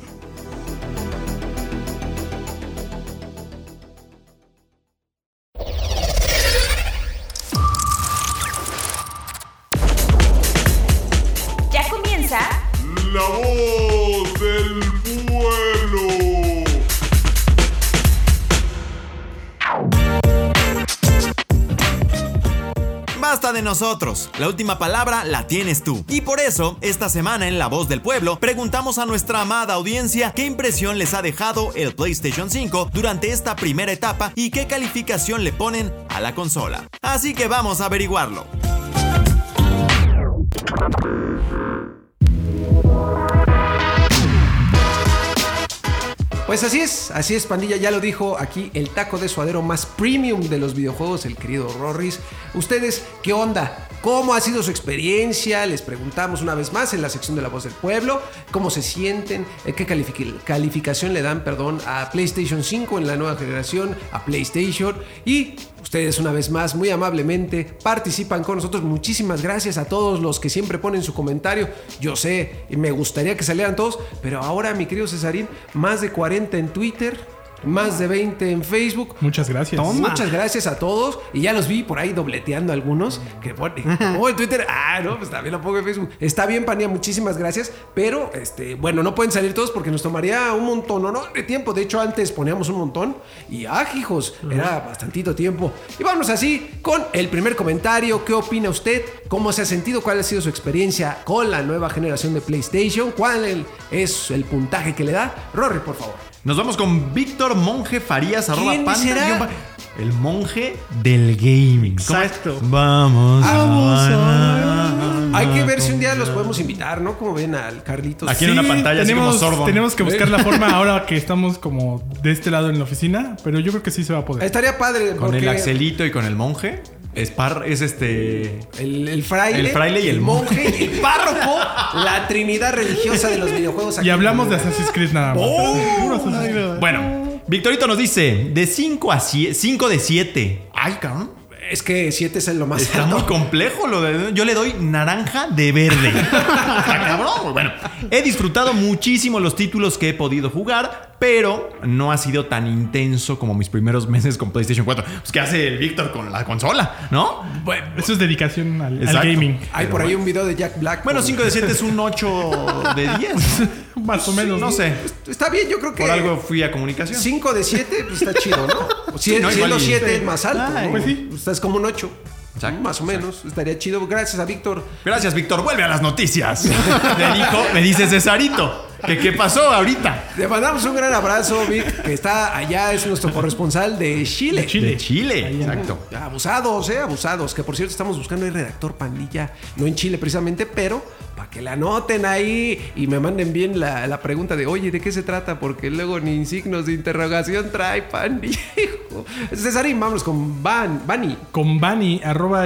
Ya comienza La voz del pueblo. Basta de nosotros, la última palabra la tienes tú. Y por eso, esta semana en La Voz del Pueblo, preguntamos a nuestra amada audiencia qué impresión les ha dejado el PlayStation 5 durante esta primera etapa y qué calificación le ponen a la consola. Así que vamos a averiguarlo. Pues así es, pandilla, ya lo dijo aquí el taco de suadero más premium de los videojuegos, el querido Rorris. Ustedes, ¿qué onda? ¿Cómo ha sido su experiencia? Les preguntamos una vez más en la sección de La Voz del Pueblo, ¿cómo se sienten? ¿Qué calificación le dan, a PlayStation 5 en la nueva generación, a PlayStation? Y ustedes una vez más, muy amablemente, participan con nosotros. Muchísimas gracias a todos los que siempre ponen su comentario. Yo sé, me gustaría que salieran todos, pero ahora, mi querido Cesarín, más de 40 en Twitter, más de 20 en Facebook. Muchas gracias. Muchas gracias a todos. Y ya los vi por ahí dobleteando algunos. Que pongo en Twitter. No, pues también lo pongo en Facebook. Está bien, Pania, muchísimas gracias. Pero, bueno, no pueden salir todos porque nos tomaría un montón de tiempo. De hecho, antes poníamos un montón. Y hijos, era bastantito tiempo. Y vamos así con el primer comentario. ¿Qué opina usted? ¿Cómo se ha sentido? ¿Cuál ha sido su experiencia con la nueva generación de PlayStation? ¿Cuál es el puntaje que le da? Rory, por favor. Nos vamos con Víctor Monje Farías, ¿Quién @panda- será? El monje del gaming. ¿Cómo es? Exacto. Vamos. Hay que ver si un día los podemos invitar, ¿no? Como ven al Carlitos. Aquí en una pantalla así como sordo. Tenemos que buscar la forma ahora que estamos como de este lado en la oficina, pero yo creo que sí se va a poder. Estaría padre. Con porque el Axelito y con el monje. El fraile. El fraile y el monje. Y el párroco. La trinidad religiosa de los videojuegos. Y hablamos de Assassin's Creed nada más. Puro Assassin's Creed. Bueno, Victorito nos dice de 5 de 7. Ay, cabrón. Es que 7 es lo más Está alto. muy complejo yo le doy naranja de verde. Está cabrón. Bueno, he disfrutado muchísimo los títulos que he podido jugar, pero no ha sido tan intenso como mis primeros meses con PlayStation 4. Pues, ¿qué hace el Víctor con la consola? ¿No? Bueno, eso es dedicación al Exacto. gaming. Hay por ahí un video de Jack Black. Bueno, 5 de 7 es un 8 de 10, ¿no? Más o menos. No sé. Está bien, yo creo que. Por algo fui a comunicación. 5 de 7, pues está chido, ¿no? Sí, no, siendo igual y- 7 es más alto. ¿no? pues sí. Estás como un 8. Exacto, Más o menos. Estaría chido. Gracias a Víctor. Gracias, Víctor. Vuelve a las noticias. Me dice Cesarito. ¿Qué pasó ahorita? Le mandamos un gran abrazo, Vic, que está allá, es nuestro corresponsal de Chile. De Chile. Exacto. Abusados. Que por cierto, estamos buscando el redactor pandilla. No en Chile precisamente, pero para que la anoten ahí y me manden bien la pregunta de, oye, ¿de qué se trata? Porque luego ni signos de interrogación trae pandilla. Cesarín, vámonos con Bani. Con Bani,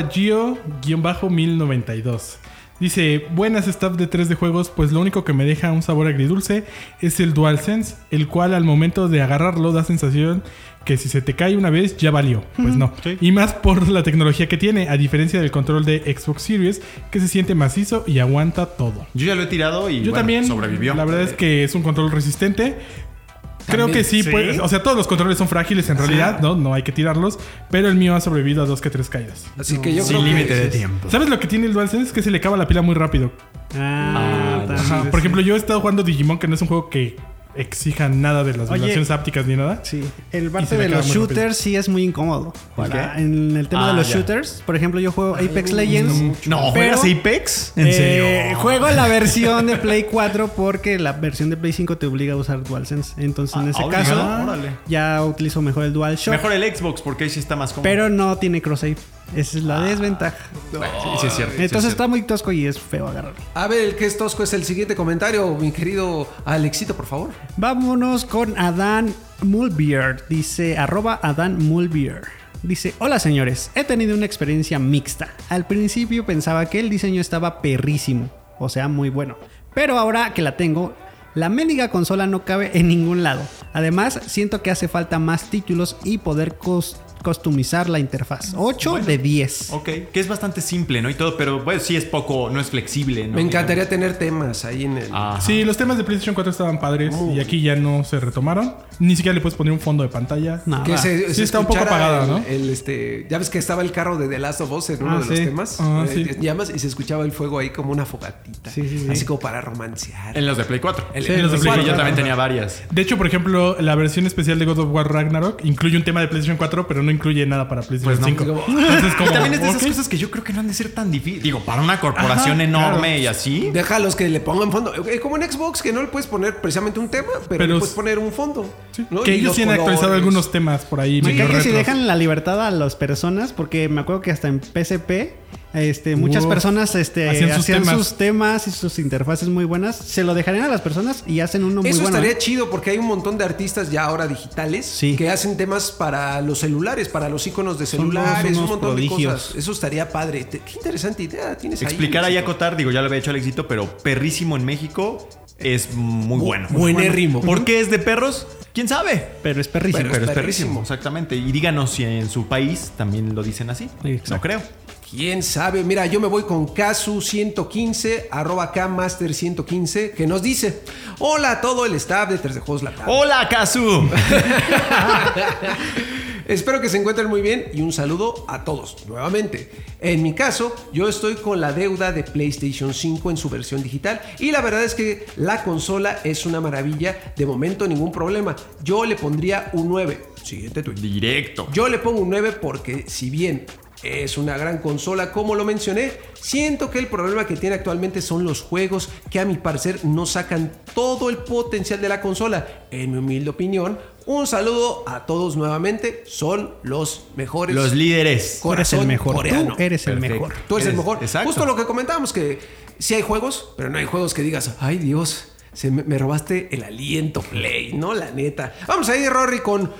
@Gio_1092. Dice, buenas staff de 3 de juegos, pues lo único que me deja un sabor agridulce es el DualSense, el cual al momento de agarrarlo da sensación que si se te cae una vez ya valió. Pues no. Sí. Y más por la tecnología que tiene, a diferencia del control de Xbox Series, que se siente macizo y aguanta todo. Yo ya lo he tirado y Yo bueno, también, sobrevivió. la verdad es que es un control resistente. Creo que sí, ¿sí? pues, o sea, todos los controles son frágiles en realidad, no hay que tirarlos, pero el mío ha sobrevivido a 2 que 3 caídas. Así que yo Sin creo que límite de tiempo. ¿Sabes lo que tiene el DualSense? Es que se le acaba la pila muy rápido. Ajá, por ejemplo, yo he estado jugando Digimon, que no es un juego que exija nada de las Oye. vibraciones ápticas ni nada. Sí, el Y parte se me de acaba los muy rápido. shooters sí es muy incómodo. qué? En el tema Ah, de los ya. shooters, por ejemplo, yo juego Apex Legends. No, pero, ¿juegas Apex? ¿En serio? Juego la versión de Play 4 porque la versión de Play 5 te obliga a usar DualSense. Entonces, en ese caso, órale. ya utilizo mejor el DualShock. Mejor el Xbox porque ahí sí está más cómodo. Pero no tiene cross-save. Esa es la desventaja. Sí, sí es cierto. Entonces está muy tosco y es feo agarrarlo. A ver, el que es tosco es el siguiente comentario, mi querido Alexito, por favor. Vámonos con Adán Mulbeard. Dice @Adán Mulbeard. Dice, hola señores, he tenido una experiencia mixta. Al principio pensaba que el diseño estaba perrísimo, o sea, muy bueno. Pero ahora que la tengo, la mendiga consola no cabe en ningún lado. Además, siento que hace falta más títulos y poder customizar la interfaz. 8 de 10. Ok, que es bastante simple, ¿no? Y todo, pero bueno, sí es poco, no es flexible, ¿no? Me encantaría tener temas ahí en el... Ajá. Sí, los temas de PlayStation 4 estaban padres y aquí ya no se retomaron. Ni siquiera le puedes poner un fondo de pantalla. Nada. Que Sí, está un poco escuchara apagada, ¿no? Ya ves que estaba el carro de The Last of Us en uno Ah, de los sí. temas. Sí. Llamas y se escuchaba el fuego ahí como una fogatita. Sí, sí, sí. Así como para romancear. En los de Play 4. En los de Sí, Play yo 4. también tenía varias. De hecho, por ejemplo, la versión especial de God of War Ragnarok incluye un tema de PlayStation 4, pero no incluye nada para PlayStation Pues no. 5. Como- Entonces, como, Y también es de esas ok. cosas que yo creo que no han de ser tan difíciles. Digo, para una corporación Ajá, enorme claro. y así. Déjalos que le pongan fondo. Como en Xbox, que no le puedes poner precisamente un tema, pero Pero le puedes poner un fondo. Sí. ¿no? Que Y ellos los sí han actualizado colores. algunos temas por ahí. Me medio cae que si retros. dejan la libertad a las personas, porque me acuerdo que hasta en PSP, muchas personas Hacían hacían sus sus temas y sus interfaces muy buenas. Se lo dejarían a las personas y hacen uno muy Eso bueno. estaría chido porque hay un montón de artistas ya ahora digitales Sí. que hacen temas para los celulares, para los iconos de Son celulares, unos un montón de prodigios. cosas. Eso estaría padre. Qué interesante idea tienes Explicar ahí ahí. a acotar, digo, ya lo había hecho Alexito, pero perrísimo en México es muy bueno. Buenérrimo. ¿Por qué es de perros? ¿Quién sabe? Pero es perrísimo. Pero es perrísimo. perrísimo, exactamente. Y díganos si en su país también lo dicen así. Exacto. No creo. ¿Quién sabe? Mira, yo me voy con Kazu115, @Kmaster115, que nos dice: hola a todo el staff de 3 de Juegos Latam. ¡Hola, Kazu! Espero que se encuentren muy bien y un saludo a todos nuevamente. En mi caso, yo estoy con la deuda de PlayStation 5 en su versión digital y la verdad es que la consola es una maravilla. De momento ningún problema. Yo le pondría un 9. Siguiente tweet. Directo. Yo le pongo un 9 porque si bien es una gran consola, como lo mencioné, siento que el problema que tiene actualmente son los juegos que a mi parecer no sacan todo el potencial de la consola. En mi humilde opinión, Un saludo a todos nuevamente. Son los mejores. Los líderes. Tú eres el mejor. coreano. Tú eres el Perfecto. mejor. Tú eres el Eres- mejor. exacto. Justo lo que comentábamos, que sí hay juegos, pero no hay juegos que digas, ay Dios, me robaste el aliento, Play, ¿no? La neta. Vamos a ir, Rory, con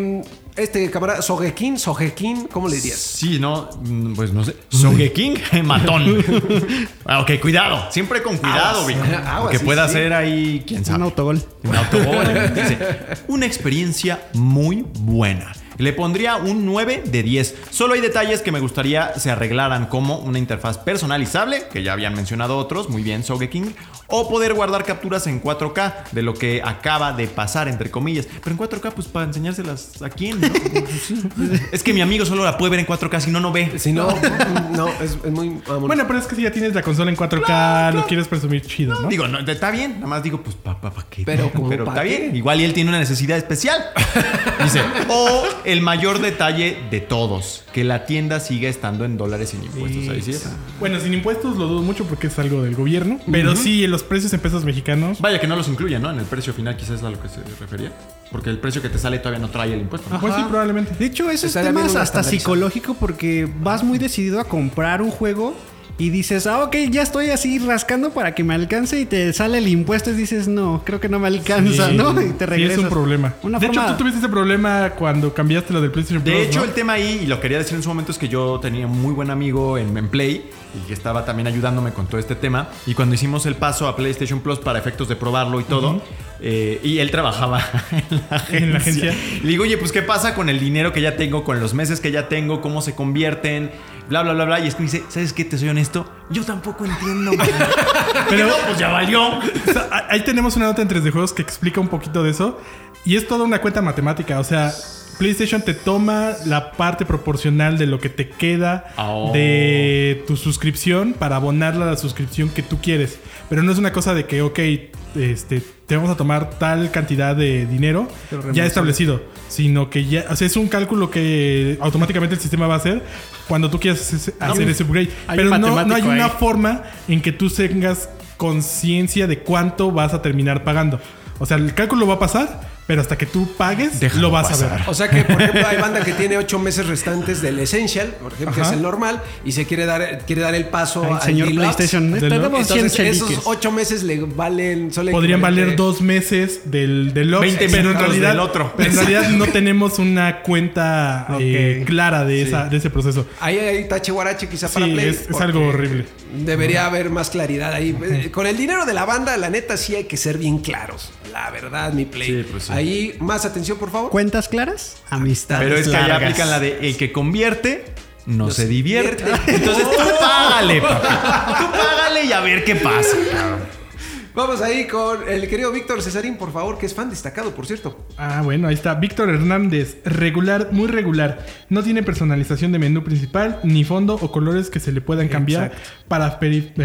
este camarada, Sogekin, ¿cómo le dirías? Sí, no, pues no sé. Sogeking, matón. Ok, cuidado. Siempre con cuidado, Aguas. viejo. Aguas, Que sí, pueda sí. ser ahí, quién sabe. Un autogol. Un autogol. Dice, una experiencia muy buena. Le pondría un 9 de 10. Solo hay detalles que me gustaría se arreglaran, como una interfaz personalizable, que ya habían mencionado otros, muy bien, Sogeking, o poder guardar capturas en 4K de lo que acaba de pasar, entre comillas. Pero en 4K, pues para enseñárselas a quién, ¿no? Es que mi amigo solo la puede ver en 4K, si no, no ve. Si no, no, es muy... vamos. Bueno, pero es que si ya tienes la consola en 4K, lo quieres presumir chido, ¿no? Digo, no, está bien, nada más digo, pues, ¿pa qué? Pero, ¿cómo Pero pa' está qué? bien. Igual y él tiene una necesidad especial. Dice, o el mayor detalle de todos, que la tienda siga estando en dólares sin impuestos. Ahí sí es. Bueno, sin impuestos lo dudo mucho porque es algo del gobierno. Pero sí, los precios en pesos mexicanos. Vaya que no los incluye, ¿no? En el precio final quizás es a lo que se refería. Porque el precio que te sale todavía no trae el impuesto. ¿no? Pues sí, probablemente. De hecho, eso es Estaría bien temas una hasta estandarización. psicológico porque vas muy decidido a comprar un juego y dices, ok, ya estoy así rascando para que me alcance y te sale el impuesto y dices, no, creo que no me alcanza, Sí, ¿no? Y te sí, regresas. es un problema. Una de hecho, forma- tú tuviste ese problema cuando cambiaste lo del PlayStation Plus, De hecho, ¿no? el tema ahí, y lo quería decir en su momento, es que yo tenía un muy buen amigo en Play y que estaba también ayudándome con todo este tema. Y cuando hicimos el paso a PlayStation Plus para efectos de probarlo y todo, y él trabajaba en la agencia. Y le digo, oye, pues, ¿qué pasa con el dinero que ya tengo, con los meses que ya tengo, cómo se convierten, bla, bla, bla, bla? Y es que me dice, ¿sabes qué? Te soy honesto, yo tampoco entiendo. Pero no, pues ya valió. O sea, ahí tenemos una nota en 3D Juegos que explica un poquito de eso. Y es toda una cuenta matemática. O sea, PlayStation te toma la parte proporcional de lo que te queda Oh. de tu suscripción para abonarla a la suscripción que tú quieres. Pero no es una cosa de que, ok, te vamos a tomar tal cantidad de dinero ya establecido. Sino que ya, o sea, es un cálculo que automáticamente el sistema va a hacer cuando tú quieras hacer ese upgrade. Hay Pero un no hay matemático una ahí. forma en que tú tengas conciencia de cuánto vas a terminar pagando. O sea, el cálculo va a pasar, pero hasta que tú pagues, Déjalo lo vas a pasar. ver. O sea que, por ejemplo, hay banda que tiene 8 meses restantes del Essential, por ejemplo, que Ajá. es el normal, y se quiere dar el paso Ay, al señor Deluxe. PlayStation, Deluxe. tenemos 100 Entonces, esos cheliques. 8 meses le valen... solo Podrían equivalente- valer 2 meses del Deluxe, 20 pero en minutos realidad, del otro. pero en realidad no tenemos una cuenta Ok. clara de ese proceso. Ahí hay tache guarache quizá Sí, para Play. es porque algo horrible. Debería haber más claridad ahí. Con el dinero de la banda, la neta, sí hay que ser bien claros. La verdad, mi Play. Sí, pues sí. Ahí, más atención, por favor. ¿Cuentas claras? Amistades Pero es que allá largas. aplican la de el que convierte no se divierte. divierte. Entonces tú págale, papi. Tú págale y a ver qué pasa. Vamos ahí con el querido Víctor Cesarín, por favor, que es fan destacado, por cierto. Ah, bueno, ahí está. Víctor Hernández. Regular, muy regular. No tiene personalización de menú principal, ni fondo o colores que se le puedan cambiar. Para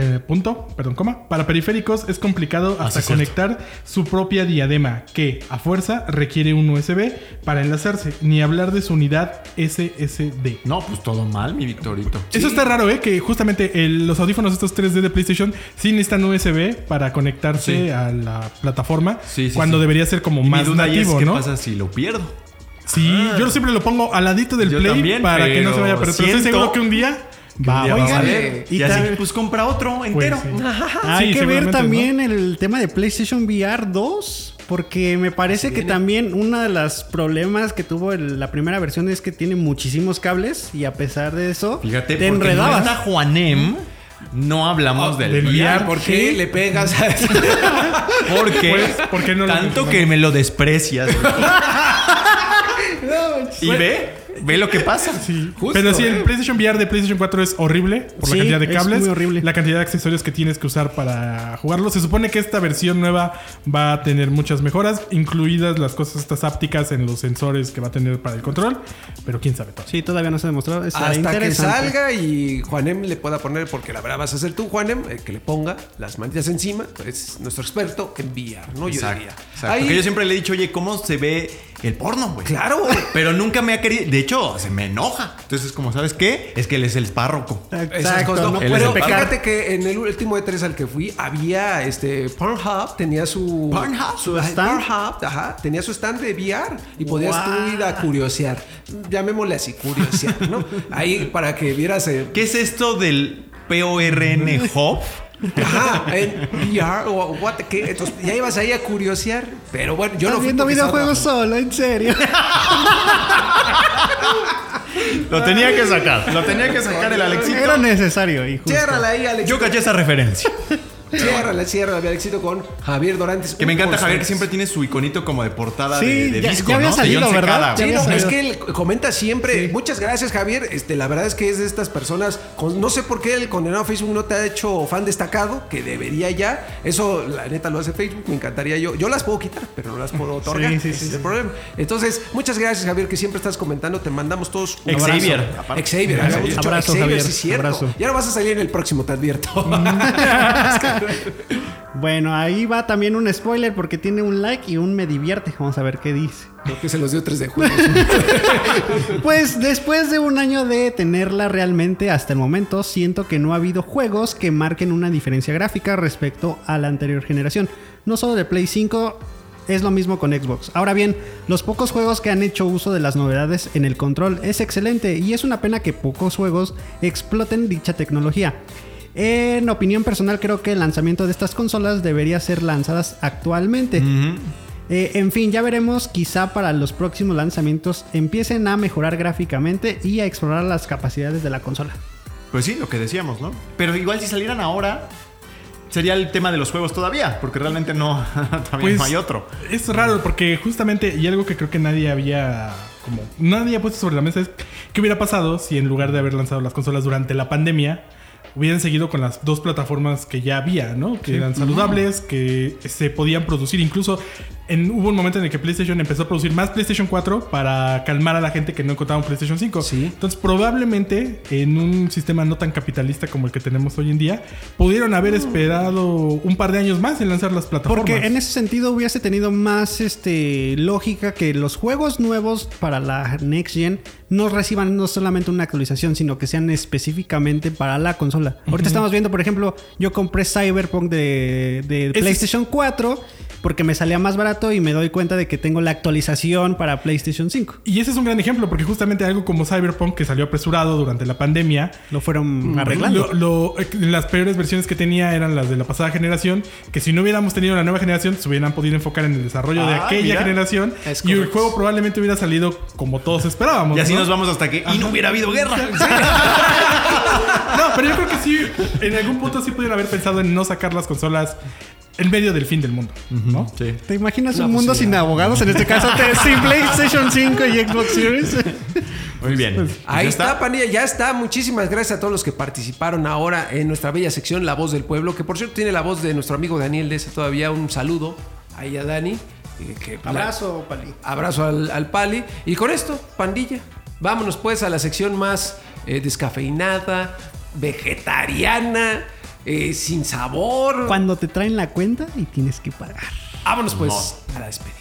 para periféricos es complicado hasta sí, cierto. conectar su propia diadema, que a fuerza requiere un USB para enlazarse. Ni hablar de su unidad SSD. No, pues todo mal, mi Victorito. Eso está raro, que justamente los audífonos estos 3D de PlayStation sí necesitan USB para conectarse Sí. a la plataforma, Sí, sí, cuando sí. debería ser como Y más mi duda ahí es nativo, qué ¿no? pasa si lo pierdo. Sí, yo siempre lo pongo al ladito del Yo Play también, para que no se pero vaya a perder. Pero estoy siento seguro que un día va a oigan, valer. y Y así, tal- pues compra otro Pues, entero. sí. Hay Sí, que ver seguramente, también el tema de PlayStation VR 2, porque me parece que también uno de los problemas que tuvo la primera versión es que tiene muchísimos cables y a pesar de eso Fíjate, te porque no enredabas. está Juanem, no hablamos del del VR. VR. ¿Por qué le pegas a Porque Pues, ¿por qué no lo tanto mencionamos? que me lo desprecias. Y ve lo que pasa. Sí. Justo, Pero sí, el PlayStation VR de PlayStation 4 es horrible por Sí, la cantidad de es cables, muy horrible. la cantidad de accesorios que tienes que usar para jugarlo. Se supone que esta versión nueva va a tener muchas mejoras, incluidas las cosas estas ápticas en los sensores que va a tener para el control, pero quién sabe todo. Sí, todavía no se demostró. Está hasta que interesante. salga y Juanem le pueda poner, porque la verdad vas a ser tú, Juanem, el que le ponga las manitas encima. Es nuestro experto en VR, ¿no? Yo diría. Exacto. Ahí- Porque yo siempre le he dicho, oye, ¿cómo se ve el porno, güey. Claro, güey. Pero nunca me ha querido. De hecho, se me enoja. Entonces, como sabes qué, es que él es el párroco. Esas cosas, no Él puedo es el pecar. pecado. Fíjate que en el último E3 al que fui había Pornhub, tenía su stand. Pornhub, ajá, tenía su stand de VR y podías tú ir a curiosear. Llamémosle así, curiosear, ¿no? Ahí para que vieras ¿Qué es esto del PORN Hub? ajá, en VR o what, ¿qué? Entonces ya ibas ahí a curiosear, pero bueno, yo no fui viendo porque estaba videojuegos trabajando. solo, en serio. Lo tenía que sacar el Alexito. Era necesario y justo. Ciérrala ahí, Alexito. Yo caché esa referencia. Ciérrala, mi Alexito, con Javier Dorantes. Que me encanta Javier, que Constantes. siempre tiene su iconito como de portada Sí, de ya- disco, ya había ¿no? salido, de John ¿verdad? Secada, Sí, güey. no, Había es salido. que él comenta siempre. Muchas gracias, Javier. La verdad es que es de estas personas. No sé por qué el condenado Facebook no te ha hecho fan destacado, que debería ya. Eso, la neta, lo hace Facebook. Me encantaría yo. Yo las puedo quitar, pero no las puedo otorgar. Sí, sí, Ese sí, es sí. el problema. Entonces, muchas gracias, Javier, que siempre estás comentando. Te mandamos todos un Xavier, abrazo. aparte. Xavier, habíamos dicho Abrazo, Xavier, Javier. sí, es cierto. Abrazo. Y ahora vas a salir en el próximo, te advierto. Bueno, ahí va también un spoiler porque tiene un like y un me divierte. Vamos a ver qué dice. Creo que se los dio 3 de julio. Pues después de un año de tenerla realmente hasta el momento, siento que no ha habido juegos que marquen una diferencia gráfica respecto a la anterior generación. No solo de Play 5, es lo mismo con Xbox. Ahora bien, los pocos juegos que han hecho uso de las novedades en el control es excelente y es una pena que pocos juegos exploten dicha tecnología. En opinión personal, creo que el lanzamiento de estas consolas debería ser lanzadas actualmente. En fin, ya veremos, quizá para los próximos lanzamientos empiecen a mejorar gráficamente y a explorar las capacidades de la consola. Pues sí, lo que decíamos, ¿no? Pero igual si salieran ahora, sería el tema de los juegos todavía, porque realmente no, todavía Pues, no hay otro. Es raro porque justamente, y algo que creo que nadie había puesto sobre la mesa es qué hubiera pasado si en lugar de haber lanzado las consolas durante la pandemia, hubieran seguido con las dos plataformas que ya había, ¿no? Que eran saludables, que se podían producir. Incluso hubo un momento en el que PlayStation empezó a producir más PlayStation 4 para calmar a la gente que no encontraba un PlayStation 5. Sí. Entonces, probablemente en un sistema no tan capitalista como el que tenemos hoy en día, pudieron haber esperado un par de años más en lanzar las plataformas. Porque en ese sentido hubiese tenido más lógica que los juegos nuevos para la Next Gen no reciban no solamente una actualización, sino que sean específicamente para la consola. Ahorita estamos viendo, por ejemplo, yo compré Cyberpunk de PlayStation 4 porque me salía más barato y me doy cuenta de que tengo la actualización para PlayStation 5. Y ese es un gran ejemplo, porque justamente algo como Cyberpunk, que salió apresurado durante la pandemia, Lo fueron arreglando. las peores versiones que tenía eran las de la pasada generación, que si no hubiéramos tenido la nueva generación, se hubieran podido enfocar en el desarrollo de aquella mira. generación, Es y el correcto. juego probablemente hubiera salido como todos esperábamos. Y así ¿no? nos vamos hasta que... Y no hubiera habido guerra. No, pero yo creo que sí, en algún punto sí pudieron haber pensado en no sacar las consolas en medio del fin del mundo, ¿no? Sí. ¿Te imaginas No, un pues mundo sí, sin ya. abogados? En este caso, sin PlayStation 5 y Xbox Series. Muy bien. Ahí ¿Ya está, Panilla, ya está. Muchísimas gracias a todos los que participaron ahora en nuestra bella sección La Voz del Pueblo, que por cierto tiene la voz de nuestro amigo Daniel Deza todavía. Un saludo ahí a Dani. Abrazo, Pali. Abrazo al Pali. Y con esto, pandilla, vámonos pues a la sección más descafeinada, vegetariana, sin sabor. Cuando te traen la cuenta y tienes que pagar. Vámonos pues a la despedida.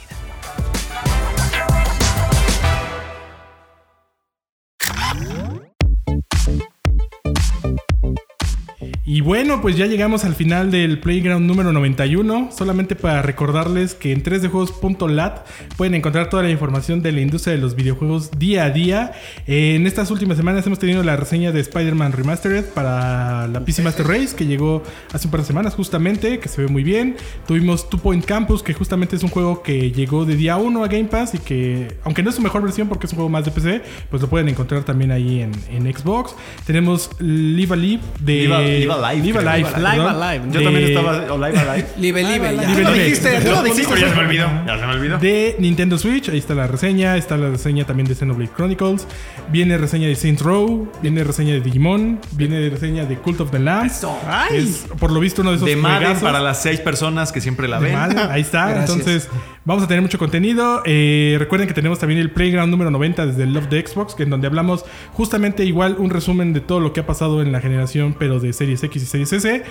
Y bueno, pues ya llegamos al final del Playground número 91. Solamente para recordarles que en 3dejuegos.lat pueden encontrar toda la información de la industria de los videojuegos día a día. En estas últimas semanas hemos tenido la reseña de Spider-Man Remastered para la PC Master Race, que llegó hace un par de semanas justamente, que se ve muy bien. Tuvimos Two Point Campus, que justamente es un juego que llegó de día 1 a Game Pass y que, aunque no es su mejor versión porque es un juego más de PC, pues lo pueden encontrar también ahí en Xbox. Tenemos Live Alive de... Live Alive, creo. Live perdón, Alive. Yo de- también estaba... O Live Alive. Live, Live. ya. Live, Tú lo Live. dijiste, tú lo dijiste. Ya se me olvidó. Ya se me olvidó. De Nintendo Switch, ahí está la reseña también de Xenoblade Chronicles, viene reseña de Saints Row, viene reseña de Digimon, viene reseña de Cult of the Lamb. Ay. Es por lo visto uno de esos De Madden juegazos. para las 6 personas que siempre la De ven. Madden, ahí está. Gracias. Entonces, vamos a tener mucho contenido. Recuerden que tenemos también el Playground número 90 desde el Love de Xbox, que en donde hablamos justamente igual un resumen de todo lo que ha pasado en la generación, pero de Series X y Series S.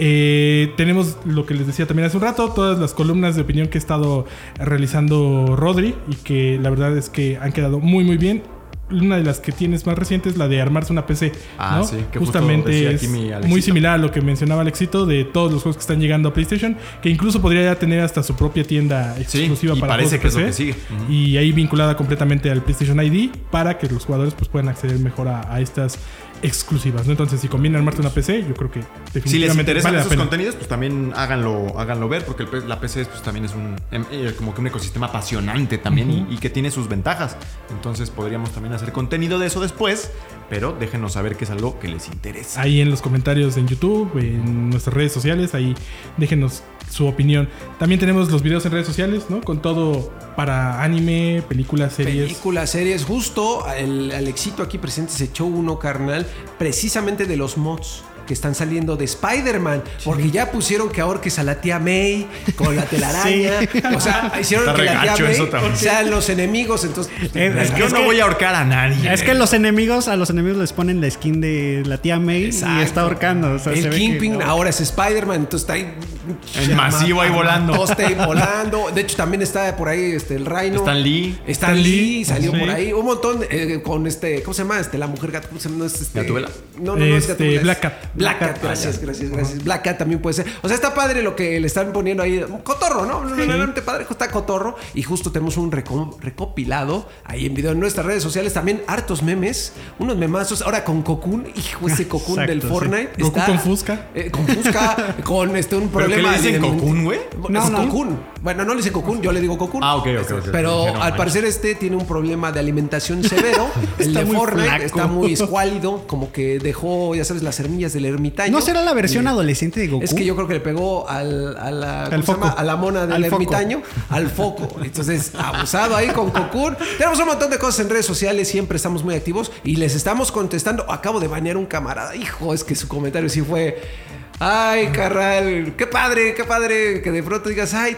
Tenemos lo que les decía también hace un rato, todas las columnas de opinión que ha estado realizando Rodri y que la verdad es que han quedado muy muy bien. Una de las que tienes más recientes, la de armarse una PC, ¿no? Sí, que justamente es muy similar a lo que mencionaba Alexito de todos los juegos que están llegando a PlayStation, que incluso podría ya tener hasta su propia tienda exclusiva para parece juegos que PC, es lo que sigue. y ahí vinculada completamente al PlayStation ID para que los jugadores pues puedan acceder mejor a estas exclusivas, ¿no? Entonces, si conviene armarte una PC, yo creo que definitivamente si les interesan vale la esos pena. contenidos, pues también háganlo ver, porque la PC pues, también es como que un ecosistema apasionante también y que tiene sus ventajas. Entonces podríamos también hacer contenido de eso después, pero déjenos saber que es algo que les interesa. Ahí en los comentarios en YouTube, en nuestras redes sociales, ahí déjenos su opinión. También tenemos los videos en redes sociales, ¿no? Con todo para anime, películas, series. Justo el Alexito aquí presente se echó uno, carnal, precisamente de los mods que están saliendo de Spider-Man, porque ya pusieron que ahorques a la tía May con la telaraña. O sea, hicieron Está que la tía regacho May eso también. sean los enemigos. Entonces, Yo no voy a ahorcar a nadie. Es que a los enemigos les ponen la skin de la tía May exacto. y está ahorcando. O sea, se el ve Kingpin que, ahora es Spider-Man, entonces está ahí El masivo ahí volando. Toste ahí volando. De hecho, también está por ahí el Rhino. Stan Lee. Stan Lee salió Sí. por ahí. Un montón con ¿cómo se llama? La mujer gato. ¿Cómo se llama? No es ¿Gatúbela? No, es Gatúbela. Black Cat. Black Cat, gracias. Black Cat también puede ser. O sea, está padre lo que le están poniendo ahí. Cotorro, ¿no? Realmente padre, está cotorro. Y justo tenemos un recopilado ahí en video en nuestras redes sociales. También hartos memes, unos memazos. Ahora con Cocoon, hijo, ese Cocoon Exacto, del Fortnite. Goku está, con Fusca. Con Fusca, con un ¿Pero problema. qué le dicen Cocoon, güey? No, es Cocoon. Bueno, no le dicen Cocoon, yo le digo Cocoon. Ah, ok. Pero Dije, no, al parecer tiene un problema de alimentación severo. El de muy Fortnite flaco. está muy escuálido, como que dejó, ya sabes, las semillas del ermitaño. ¿No será la versión adolescente de Goku? Es que yo creo que le pegó a la ¿cómo se foco. llama? A la mona del Al foco. ermitaño, al foco. Entonces, abusado ahí con Cocoon. Tenemos un montón de cosas en redes sociales, siempre estamos muy activos y les estamos contestando. Acabo de banear un camarada. Hijo, es que su comentario sí fue... Ay, carnal, qué padre, que de pronto digas, ay,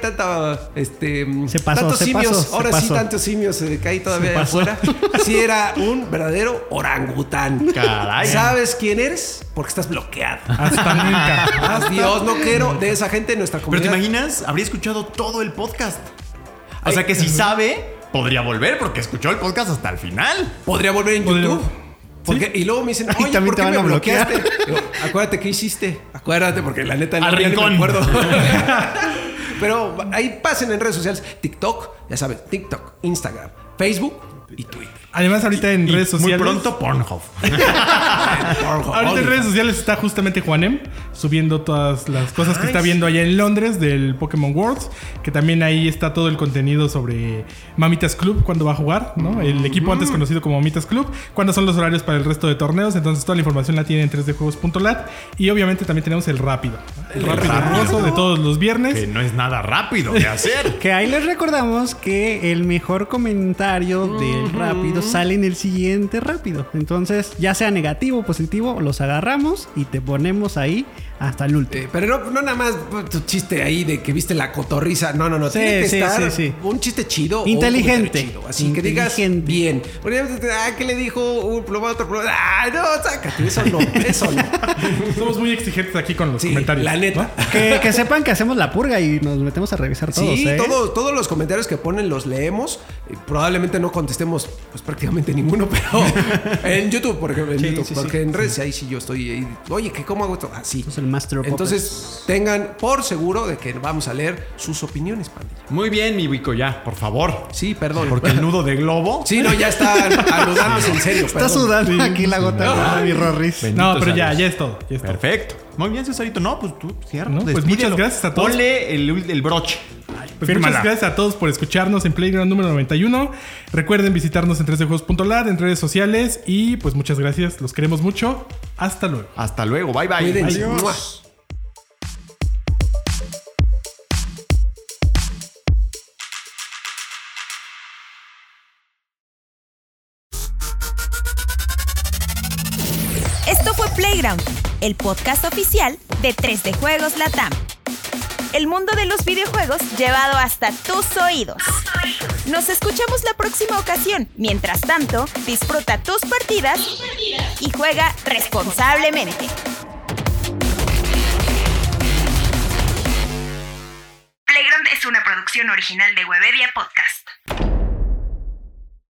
Se pasó, tantos se simios, pasó, ahora se sí pasó. tantos simios que hay todavía Se allá pasó. afuera. Sí era un verdadero orangután. Caray. ¿Sabes quién eres? Porque estás bloqueado. Hasta nunca. Adiós, no quiero de esa gente en nuestra Pero te comunidad. imaginas, habría escuchado todo el podcast. O sea que si sabe, podría volver porque escuchó el podcast hasta el final. Podría volver en Podría- YouTube. Porque, y luego me dicen, Ahí oye, también ¿por te qué van me a bloquear. bloqueaste? Digo, acuérdate qué hiciste. Acuérdate, porque la neta Al ya ni rincón. me acuerdo. Pero ahí pasen en redes sociales. TikTok, ya sabes, TikTok, Instagram, Facebook y Twitter. Además, ahorita en redes sociales. Muy pronto Pornhub. Ahorita en redes sociales está justamente Juanem subiendo todas las cosas que está viendo allá en Londres del Pokémon Worlds. Que también ahí está todo el contenido sobre Mamitas Club cuando va a jugar, ¿no? El equipo antes conocido como Mamitas Club. Cuándo son los horarios para el resto de torneos. Entonces toda la información la tiene en 3djuegos.lat. Y obviamente también tenemos el rápido. El rápido hermoso de todos los viernes. Que no es nada rápido de hacer. Que ahí les recordamos que el mejor comentario del rápido sale en el siguiente rápido. Entonces, ya sea negativo o positivo, los agarramos y te ponemos ahí hasta el último. Pero no nada más tu chiste ahí de que viste la cotorriza. No. Sí, Tiene que sí, estar sí. un chiste chido. o un Inteligente. comentario chido. Así que digas Inteligente. bien. Porque, ¿qué le dijo un plomado a otro plomado? No, sácate. Eso no. Somos muy exigentes aquí con los Sí, comentarios. la neta. ¿no? Que sepan que hacemos la purga y nos metemos a revisar todos. Sí, ¿eh? todos los comentarios que ponen los leemos. Probablemente no contestemos pues prácticamente ninguno, pero en YouTube, por ejemplo, Sí, YouTube, sí, porque sí. en redes ahí sí yo estoy ahí. Oye, ¿cómo hago esto? Así. Es el Master of Entonces, tengan por seguro de que vamos a leer sus opiniones, pandilla. Muy bien, mi Wico, ya, por favor. Sí, perdón. Porque el nudo de globo. Sí, no, ya está anudándose en serio. Está perdón. sudando aquí la gota de mi Rorris. No, pero sea ya Dios. es todo. Ya es todo. Perfecto. Muy bien, Cesarito. No, pues tú cierra. No, pues despídelo. muchas gracias a todos. Ponle el broche. Pues Fírmala. muchas gracias a todos por escucharnos en Playground número 91. Recuerden visitarnos en 3djuegos.lat, en redes sociales. Y pues muchas gracias. Los queremos mucho. Hasta luego. Hasta luego. Bye, bye. Cuídense. Adiós. ¡Mua! Esto fue Playground, el podcast oficial de 3D Juegos Latam. El mundo de los videojuegos llevado hasta tus oídos. Nos escuchamos la próxima ocasión. Mientras tanto, disfruta tus partidas y juega responsablemente. producción original de Webedia Podcast.